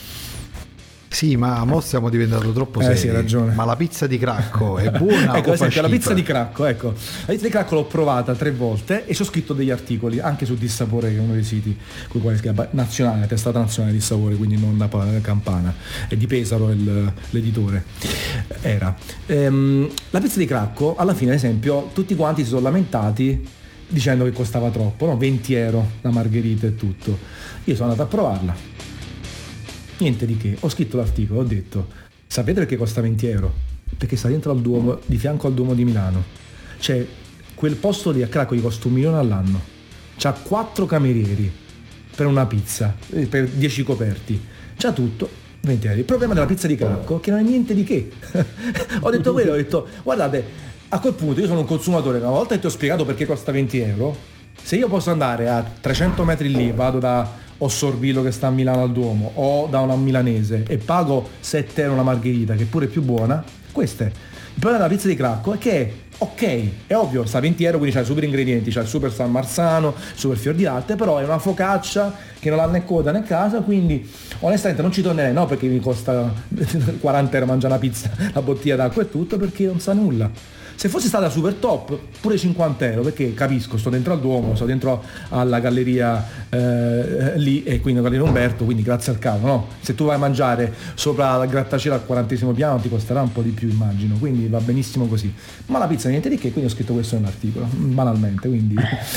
Sì, ma mo stiamo diventando troppo seri. Sì, hai ragione. Ma la pizza di Cracco è buona ecco, o fa esempio, la schifo? pizza di Cracco, ecco. La pizza di Cracco l'ho provata 3 volte e ci ho scritto degli articoli, anche su Dissapore, che è uno dei siti con i quali si chiama nazionale, la testata nazionale di Dissapore, quindi non da Campana, è di Pesaro l'editore. Era. La pizza di Cracco, alla fine, ad esempio, tutti quanti si sono lamentati dicendo che costava troppo, no? 20 euro la margherita e tutto. Io sono andato a provarla. Niente di che, ho scritto l'articolo, ho detto, sapete perché costa 20 euro? Perché sta dentro al Duomo, di fianco al Duomo di Milano. Cioè, quel posto lì a Cracovia costa 1 milione all'anno. C'ha 4 camerieri per una pizza, per 10 coperti. C'ha tutto, 20 euro. Il problema della pizza di Cracco è che non è niente di che. Ho detto quello, ho detto, guardate, a quel punto io sono un consumatore, una volta che ti ho spiegato perché costa 20 euro, se io posso andare a 300 metri lì, vado da Ossorbillo che sta a Milano al Duomo o da una milanese e pago 7 euro una margherita che pure è più buona, questo è. Il problema della pizza di Cracco è che ok, è ovvio, sta 20 euro, quindi c'ha i super ingredienti, c'ha il super San Marzano, super fior di latte, però è una focaccia che non ha né coda né casa, quindi onestamente non ci tornerei, no perché mi costa 40 euro mangiare una pizza, la bottiglia d'acqua e tutto, perché non sa nulla. Se fosse stata super top, pure 50 euro, perché capisco, sto dentro al Duomo, sto dentro alla galleria lì, e quindi Galleria Umberto, quindi grazie al cavolo, no? Se tu vai a mangiare sopra il grattacielo al 40° piano ti costerà un po' di più, immagino, quindi va benissimo così. Ma la pizza niente di che, quindi ho scritto questo nell'articolo, banalmente, quindi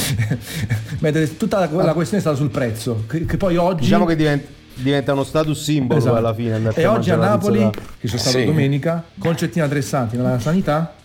mentre tutta la questione è stata sul prezzo, che poi oggi... Diciamo che diventa uno status symbol, esatto, alla fine. E oggi a Napoli, che c'è stato domenica, Concettina Tressanti nella sanità,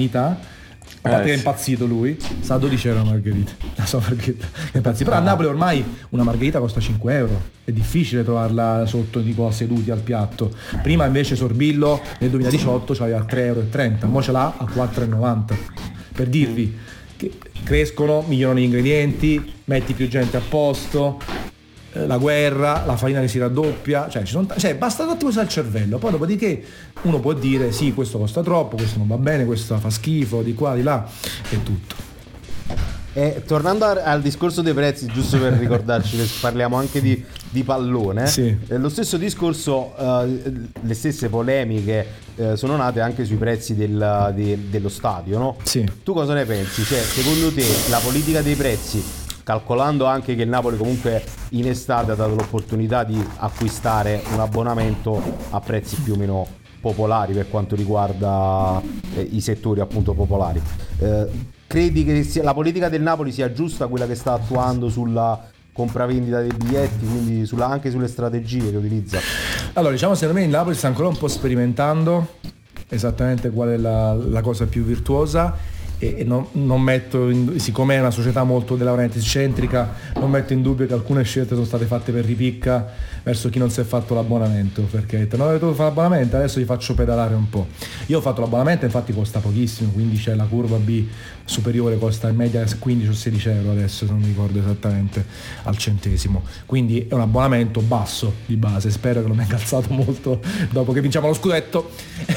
a parte che è impazzito lui, sta a 12 euro la margherita, la sua margherita è impazzito. Però a Napoli ormai una margherita costa 5 euro, è difficile trovarla sotto tipo seduti al piatto. Prima invece Sorbillo nel 2018 c'aveva a 3,30 euro, mo ce l'ha a 4,90 euro, per dirvi che crescono, migliorano gli ingredienti, metti più gente a posto, la guerra, la farina che si raddoppia, cioè basta un attimo usare il cervello, poi dopodiché uno può dire sì, questo costa troppo, questo non va bene, questo fa schifo, di qua, di là, e tutto. Tornando al discorso dei prezzi, giusto per ricordarci che parliamo anche di pallone, sì. Lo stesso discorso, le stesse polemiche sono nate anche sui prezzi dello stadio, no? Sì. Tu cosa ne pensi? Cioè, secondo te la politica dei prezzi, calcolando anche che il Napoli comunque in estate ha dato l'opportunità di acquistare un abbonamento a prezzi più o meno popolari per quanto riguarda i settori appunto popolari, credi che la politica del Napoli sia giusta, quella che sta attuando sulla compravendita dei biglietti, quindi anche sulle strategie che utilizza? Allora, diciamo, secondo me il Napoli sta ancora un po' sperimentando esattamente qual è la cosa più virtuosa, e non metto siccome è una società molto De Laurentiis centrica, non metto in dubbio che alcune scelte sono state fatte per ripicca verso chi non si è fatto l'abbonamento, perché ha detto no, avevo dovuto fare l'abbonamento, adesso gli faccio pedalare un po'. Io ho fatto l'abbonamento, infatti costa pochissimo, quindi c'è la curva B superiore, costa in media 15 o 16 euro adesso, non mi ricordo esattamente al centesimo, quindi è un abbonamento basso di base, spero che non venga alzato molto dopo che vinciamo lo scudetto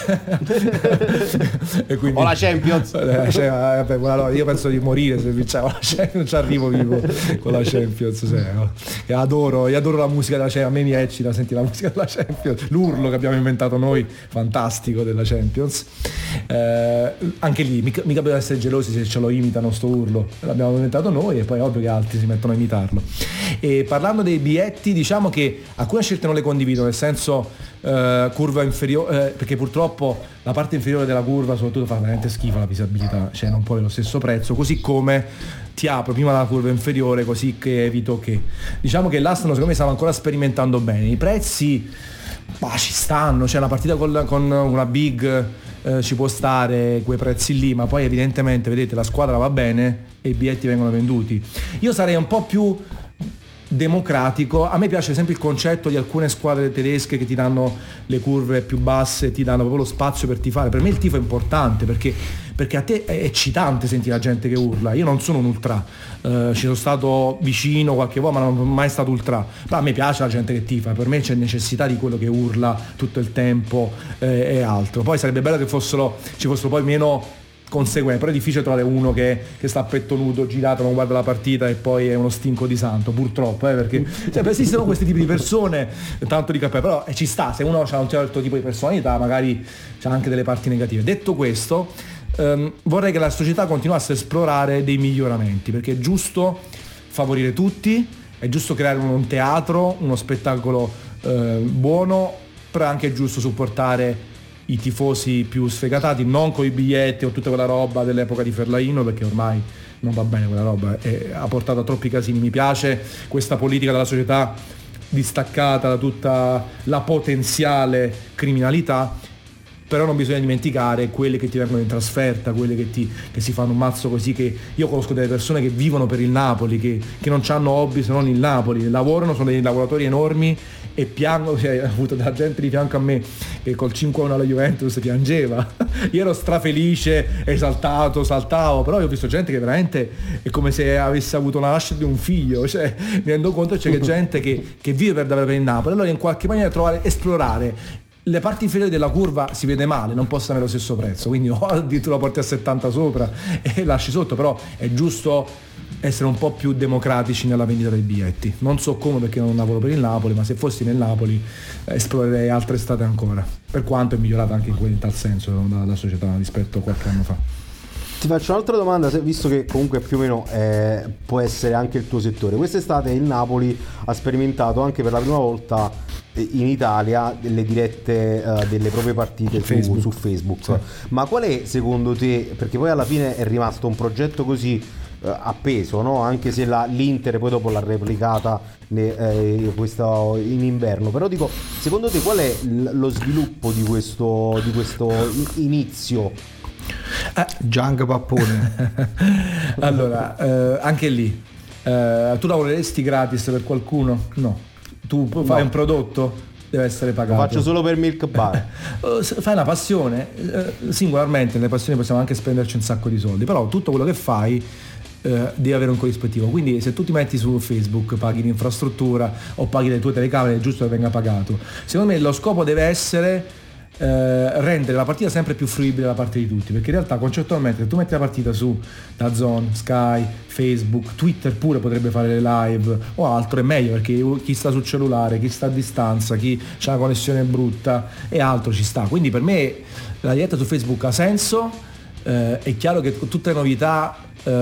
e quindi, o la Champions, io penso di morire se vinciamo la Champions, non ci arrivo vivo con la Champions, e adoro la musica della Champions, a me mi eccita sentire la musica della Champions, l'urlo che abbiamo inventato noi, fantastico, della Champions. Anche lì mica bisogna essere gelosi se ce lo imitano sto urlo, l'abbiamo inventato noi e poi è ovvio che altri si mettono a imitarlo. E parlando dei biglietti, diciamo che alcune scelte non le condivido, nel senso curva inferiore, perché purtroppo la parte inferiore della curva soprattutto fa veramente schifo la visibilità, cioè non può avere lo stesso prezzo, così come ti apro prima la curva inferiore così che evito che, diciamo che l'Astano secondo me stava ancora sperimentando bene, i prezzi ci stanno, cioè una partita con una big ci può stare quei prezzi lì, ma poi evidentemente vedete la squadra va bene e i biglietti vengono venduti. Io sarei un po' più democratico. A me piace ad esempio il concetto di alcune squadre tedesche che ti danno le curve più basse, ti danno proprio lo spazio per tifare. Per me il tifo è importante perché a te è eccitante sentire la gente che urla. Io non sono un ultra, ci sono stato vicino qualche volta ma non sono mai stato ultra, ma a me piace la gente che tifa, per me c'è necessità di quello che urla tutto il tempo e altro. Poi sarebbe bello che ci fossero poi meno conseguenze, però è difficile trovare uno che sta a petto nudo, girato, non guarda la partita e poi è uno stinco di santo, purtroppo, perché esistono questi tipi di persone, tanto di cappello, però ci sta, se uno ha un certo tipo di personalità magari c'ha anche delle parti negative. Detto questo, vorrei che la società continuasse a esplorare dei miglioramenti, perché è giusto favorire tutti, è giusto creare un teatro, uno spettacolo buono, però è anche giusto supportare i tifosi più sfegatati, non con i biglietti o tutta quella roba dell'epoca di Ferlaino, perché ormai non va bene quella roba, ha portato a troppi casini. Mi piace questa politica della società distaccata da tutta la potenziale criminalità, però non bisogna dimenticare quelle che ti vengono in trasferta, quelle che si fanno un mazzo così, che io conosco delle persone che vivono per il Napoli, che non hanno hobby se non il Napoli, lavorano, sono dei lavoratori enormi e piangono. Ho avuto della gente di fianco a me che col 5-1 alla Juventus piangeva. Io ero strafelice, esaltato, saltavo, però io ho visto gente che veramente è come se avesse avuto la nascita di un figlio, cioè mi rendo conto che c'è gente che vive per davvero per il Napoli. Allora in qualche maniera esplorare le parti inferiori della curva si vede male, non possono avere lo stesso prezzo, quindi o addirittura porti a 70 sopra e lasci sotto, però è giusto essere un po' più democratici nella vendita dei biglietti. Non so come, perché non lavoro per il Napoli, ma se fossi nel Napoli esplorerei altre strade ancora, per quanto è migliorata anche in tal senso la società rispetto a qualche anno fa. Ti faccio un'altra domanda, visto che comunque più o meno può essere anche il tuo settore. Quest'estate il Napoli ha sperimentato anche per la prima volta in Italia delle dirette delle proprie partite su Facebook. Sì. Ma qual è secondo te, perché poi alla fine è rimasto un progetto così appeso, no? Anche se l'Inter poi dopo l'ha replicata in inverno, però dico, secondo te qual è lo sviluppo di questo inizio? Giang Pappone. Allora, anche lì tu lavoreresti gratis per qualcuno? No. Tu fai un prodotto, deve essere pagato. Lo faccio solo per Milk Bar. Fai una passione, singolarmente nelle passioni possiamo anche spenderci un sacco di soldi, però tutto quello che fai devi avere un corrispettivo. Quindi se tu ti metti su Facebook, paghi l'infrastruttura o paghi le tue telecamere, è giusto che venga pagato. Secondo me lo scopo deve essere rendere la partita sempre più fruibile da parte di tutti, perché in realtà concettualmente se tu metti la partita su DAZN, Sky, Facebook, Twitter pure potrebbe fare le live o altro, è meglio, perché chi sta sul cellulare, chi sta a distanza, chi ha una connessione brutta e altro ci sta. Quindi per me la diretta su Facebook ha senso. È chiaro che tutte le novità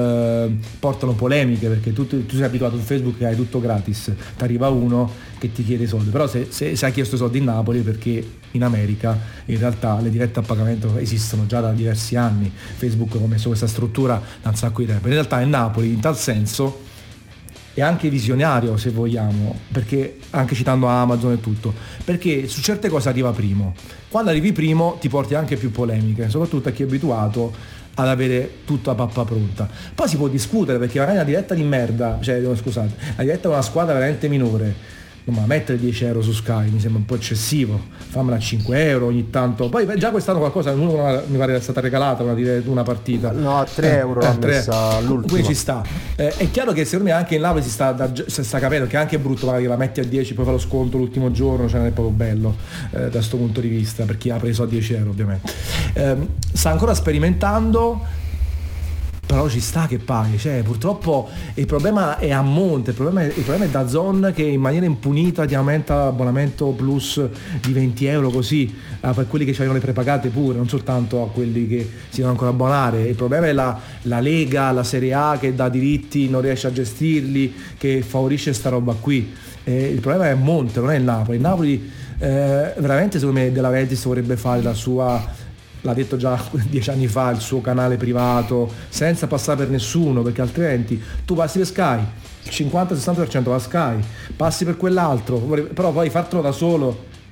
portano polemiche, perché tu sei abituato su Facebook che hai tutto gratis, ti arriva uno che ti chiede i soldi, però se hai chiesto i soldi in Napoli, perché in America in realtà le dirette a pagamento esistono già da diversi anni, Facebook ha messo questa struttura da un sacco di tempo. In realtà in Napoli in tal senso è anche visionario, se vogliamo, perché anche citando Amazon e tutto, perché su certe cose arriva primo. Quando arrivi primo ti porti anche più polemiche, soprattutto a chi è abituato ad avere tutta la pappa pronta. Poi si può discutere, perché magari una diretta di merda, scusate, la diretta di una squadra veramente minore, ma mettere 10 euro su Sky mi sembra un po' eccessivo, fammela a 5 euro ogni tanto. Poi già quest'anno qualcosa mi pare è stata regalata una partita, no, a 3 euro l'ha messa all'ultimo, quindi ci sta. È chiaro che secondo me anche in Napoli si sta capendo che è anche brutto magari la metti a 10 poi fa lo sconto l'ultimo giorno, cioè non è proprio bello da questo punto di vista per chi ha preso a 10 euro ovviamente. Sta ancora sperimentando, però ci sta che paghi, cioè purtroppo il problema è a monte, il problema è DAZN che in maniera impunita ti aumenta l'abbonamento plus di 20 euro così, per quelli che avevano le prepagate pure, non soltanto a quelli che si devono ancora abbonare. Il problema è la Lega, la Serie A che dà diritti, non riesce a gestirli, che favorisce sta roba qui. Il problema è a monte, non è il Napoli. Il Napoli veramente secondo me De Laurentiis vorrebbe fare la sua, l'ha detto già 10 anni fa, il suo canale privato senza passare per nessuno, perché altrimenti tu passi per Sky, il 50-60% va a Sky, passi per quell'altro, però poi fartelo da solo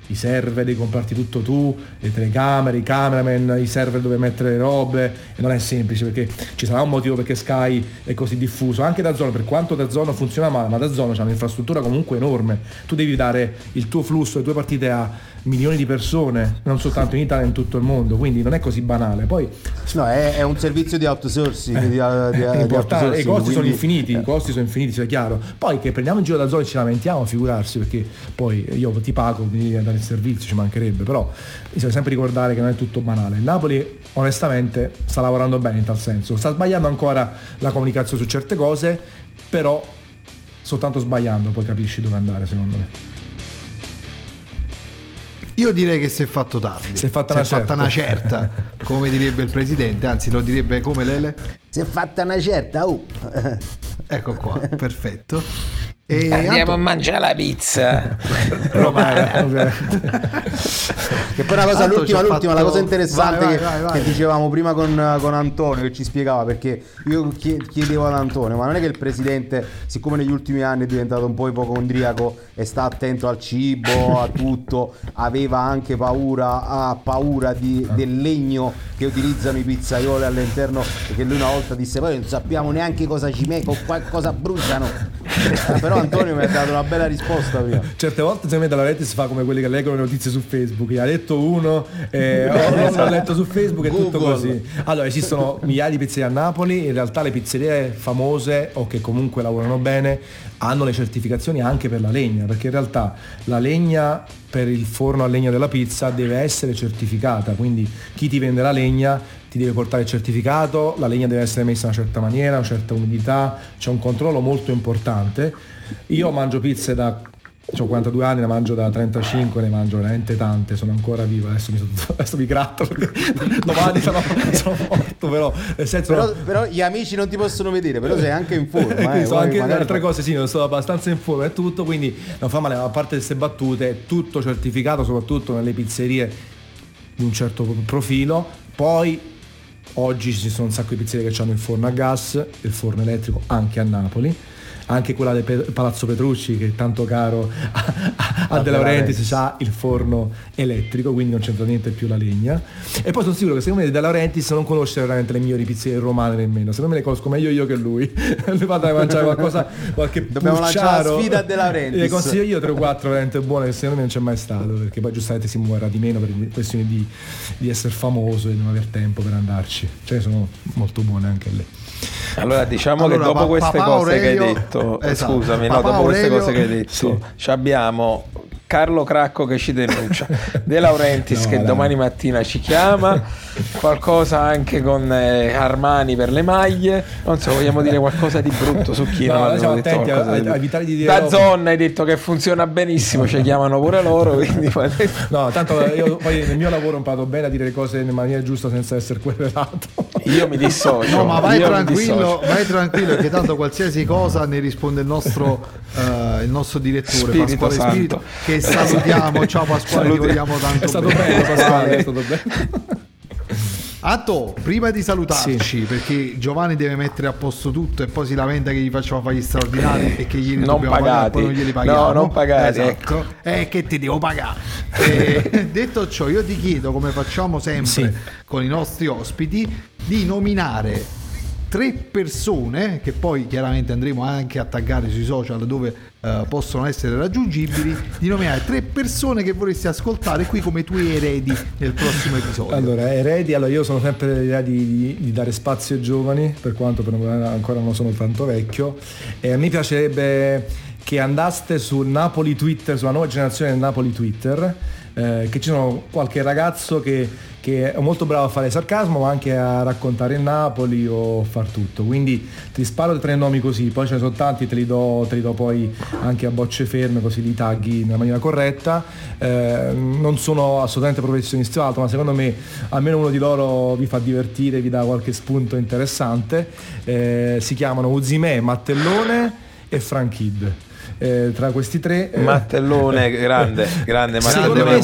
i server, devi comprarti tutto tu, le telecamere, i cameraman, i server dove mettere le robe, e non è semplice, perché ci sarà un motivo perché Sky è così diffuso. Anche DAZN, per quanto DAZN funziona male, ma DAZN c'ha un'infrastruttura comunque enorme, tu devi dare il tuo flusso, le tue partite a milioni di persone, non soltanto in Italia, in tutto il mondo, quindi non è così banale. Poi no, è un servizio di outsourcing, è importante, e i costi sono infiniti, i costi sono infiniti, sia chiaro. Poi che prendiamo in giro da zona e ci lamentiamo, figurarsi, perché poi io ti pago, mi devi dare il servizio, ci mancherebbe, però bisogna sempre ricordare che non è tutto banale. Il Napoli onestamente sta lavorando bene in tal senso, sta sbagliando ancora la comunicazione su certe cose, però soltanto sbagliando poi capisci dove andare, secondo me. Io direi che si è fatto tardi. Si è fatta una certa, come direbbe il presidente, anzi lo direbbe come Lele? Si è fatta una certa, Ecco qua, perfetto. E andiamo a mangiare la pizza romana. Che poi una cosa, l'ultima, la cosa interessante vai. Che dicevamo prima con Antonio, che ci spiegava, perché io chiedevo ad Antonio, ma non è che il presidente, siccome negli ultimi anni è diventato un po' ipocondriaco e sta attento al cibo, a tutto, aveva anche paura del legno che utilizzano i pizzaioli all'interno, perché lui una volta disse poi non sappiamo neanche cosa ci mettono, cosa bruciano. Però Antonio mi ha dato una bella risposta prima. Certe volte secondo me De Laurentiis fa come quelli che leggono le notizie su Facebook, gli ha detto uno l'ho letto su Facebook e tutto così. Allora, esistono migliaia di pizzerie a Napoli, in realtà le pizzerie famose o che comunque lavorano bene hanno le certificazioni anche per la legna, perché in realtà la legna per il forno a legna della pizza deve essere certificata, quindi chi ti vende la legna ti deve portare il certificato, la legna deve essere messa in una certa maniera, una certa umidità, c'è un controllo molto importante. Io mangio pizze ho 42 anni, ne mangio da 35, ne mangio veramente tante, sono ancora vivo, adesso mi gratto perché domani sono morto, però nel senso però gli amici non ti possono vedere, però sei anche in forma, so anche altre cose, sì, sono abbastanza in forma e tutto, quindi non fa male. A parte queste battute, è tutto certificato, soprattutto nelle pizzerie di un certo profilo. Poi oggi ci sono un sacco di pizzerie che hanno il forno a gas, il forno elettrico anche a Napoli, anche quella del Palazzo Petrucci, che è tanto caro a De Laurentiis, ha il forno elettrico, quindi non c'entra niente più la legna. E poi sono sicuro che secondo me De Laurentiis non conosce veramente le migliori pizzerie romane nemmeno, secondo me le conosco meglio io che lui. Lui va a mangiare qualcosa, qualche dobbiamo lanciare la sfida a De Laurentiis. Le consiglio io 3 o 4 veramente buone che secondo me non c'è mai stato, perché poi giustamente si muoverà di meno per questioni di essere famoso e di non aver tempo per andarci, cioè sono molto buone anche lì. Allora diciamo che dopo queste cose che hai detto, esatto, scusami, no, dopo queste cose che hai detto, sì, abbiamo Carlo Cracco che ci denuncia, De Laurentiis che domani mattina ci chiama, qualcosa anche con Armani per le maglie, non so, vogliamo dire qualcosa di brutto su chi? No, siamo attenti a evitare di dire DAZN hai detto che funziona benissimo, ci chiamano pure loro, quindi no, tanto io poi nel mio lavoro ho imparato bene a dire le cose in maniera giusta senza essere querelato. Io mi dissocio. No, ma vai tranquillo, che tanto qualsiasi cosa ne risponde il nostro direttore Spirito Pasquale Santo. Spirito, che salutiamo. Ciao Pasquale, ti vogliamo tanto. È stato bello Pasquale, è stato bello. Atto, prima di salutarci, sì, perché Giovanni deve mettere a posto tutto e poi si lamenta che gli facciamo fare gli straordinari e che glieli non dobbiamo pagare, poi non glieli paghiamo. No, non pagati. Esatto. Che ti devo pagare. Detto ciò, io ti chiedo, come facciamo sempre con i nostri ospiti, di nominare 3 persone che poi chiaramente andremo anche a taggare sui social dove possono essere raggiungibili, di nominare 3 persone che vorresti ascoltare qui come tuoi eredi nel prossimo episodio. Allora, eredi, io sono sempre l'idea di dare spazio ai giovani, per quanto ancora non sono tanto vecchio, e a me piacerebbe che andaste sul Napoli Twitter, sulla nuova generazione del Napoli Twitter, che ci sono qualche ragazzo che è molto bravo a fare sarcasmo, ma anche a raccontare il Napoli o far tutto, quindi ti sparo 3 nomi così, poi ce ne sono tanti, te li do poi anche a bocce ferme, così li tagghi nella maniera corretta. Non sono assolutamente professionisti o altro, ma secondo me almeno uno di loro vi fa divertire, vi dà qualche spunto interessante. Si chiamano Uzimè, Mattellone e Franchid. Tra questi 3 Mattellone grande Mattellone,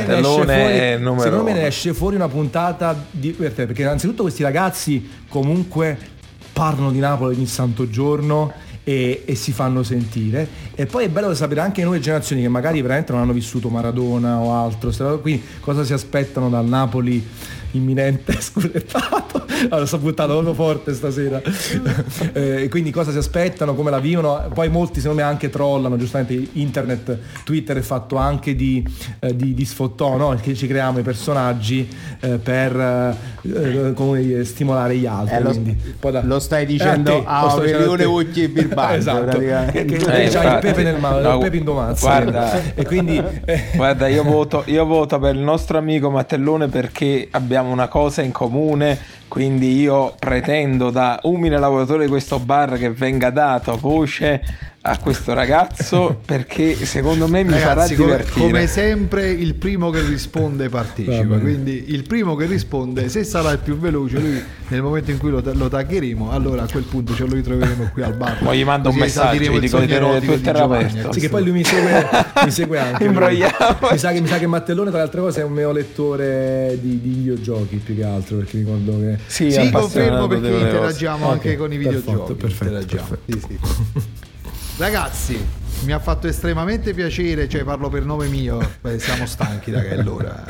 secondo me ne esce fuori una puntata perché innanzitutto questi ragazzi comunque parlano di Napoli ogni santo giorno e si fanno sentire. E poi è bello sapere anche nuove generazioni che magari veramente non hanno vissuto Maradona o altro, quindi cosa si aspettano dal Napoli imminente scudettato. Allora, sto buttando proprio forte stasera. Quindi cosa si aspettano, come la vivono. Poi molti secondo me anche trollano, giustamente internet, Twitter è fatto anche di sfottò, no? Che ci creiamo i personaggi per come dire, stimolare gli altri. Lo stai dicendo a Velione Ucchi e Birbante. Esatto, che c'ha il pepe nel mano, il pepe in domazza. Guarda, e quindi guarda, io voto per il nostro amico Mattellone perché abbiamo una cosa in comune, quindi io pretendo da umile lavoratore di questo bar che venga dato voce a questo ragazzo, perché secondo me mi farà divertire. Come sempre il primo che risponde partecipa, quindi il primo che risponde, se sarà il più veloce, lui nel momento in cui lo taggeremo, allora a quel punto ce lo ritroveremo qui al bar. Poi gli mando un messaggio, gli dico di tenere Twitter aperto. Sì, che poi lui mi segue anche. Mi sa che Mattellone tra le altre cose è un mio lettore di videogiochi più che altro, perché mi ricordo che sì, confermo, perché interagiamo anche con i videogiochi. Perfetto. Sì. Ragazzi, mi ha fatto estremamente piacere, cioè parlo per nome mio, siamo stanchi da che è l'ora.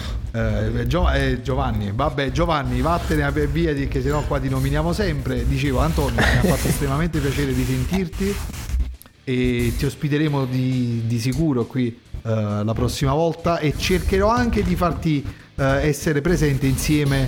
Giovanni, vabbè Giovanni, vattene via, che sennò qua ti nominiamo sempre. Dicevo, Antonio, mi ha fatto estremamente piacere di sentirti e ti ospiteremo di sicuro qui la prossima volta, e cercherò anche di farti essere presente insieme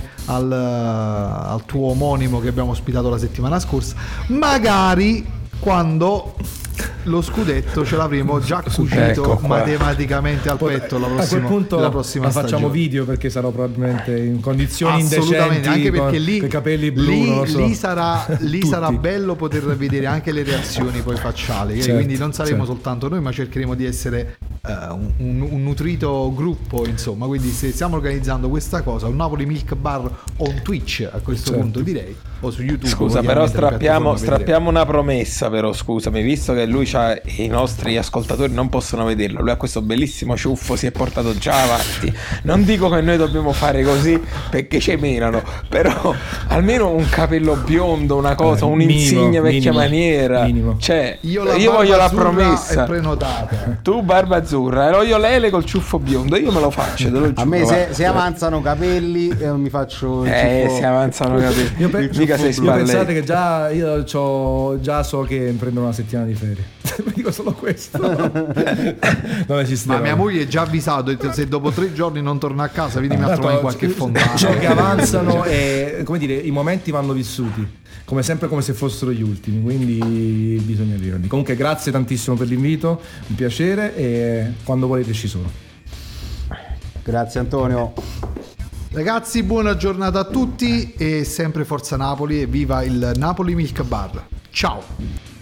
al tuo omonimo che abbiamo ospitato la settimana scorsa, magari quando lo scudetto ce l'avremo già cucito matematicamente al petto la prossima, a quel punto la prossima facciamo stagione. Video, perché sarò probabilmente in condizioni assolutamente, indecenti, anche perché lì, con i capelli blu, non lo so. lì sarà bello poter vedere anche le reazioni poi facciali, certo, quindi non saremo certo. soltanto noi, ma cercheremo di essere un nutrito gruppo, insomma. Quindi se stiamo organizzando questa cosa, un Napoli Milk Bar on Twitch a questo punto, direi, o su YouTube. Scusa, però strappiamo una promessa, però scusami, visto che lui i nostri ascoltatori non possono vederlo, lui ha questo bellissimo ciuffo, si è portato già avanti. Non dico che noi dobbiamo fare così perché ci menano, però almeno un capello biondo, una cosa, un'insignia vecchia maniera. Minimo. Cioè, io voglio la promessa. È prenotata. Tu barba azzurra, e voglio Lele col ciuffo biondo, io me lo faccio, te lo giuro. A me se avanzano capelli mi faccio il ciuffo. Se avanzano capelli. Mica sei Io pensate che io già so che prendo una settimana di ferie. Vi dico solo questo. Non esiste. Ma mia moglie è già avvisato, se dopo 3 giorni non torna a casa, vieni a trovare in qualche fontana. Ciò che avanzano e, come dire, i momenti vanno vissuti come sempre, come se fossero gli ultimi, quindi bisogna viverli. Comunque grazie tantissimo per l'invito, un piacere, e quando volete ci sono. Grazie Antonio. Ragazzi, buona giornata a tutti e sempre Forza Napoli, e viva il Napoli Milk Bar. Ciao.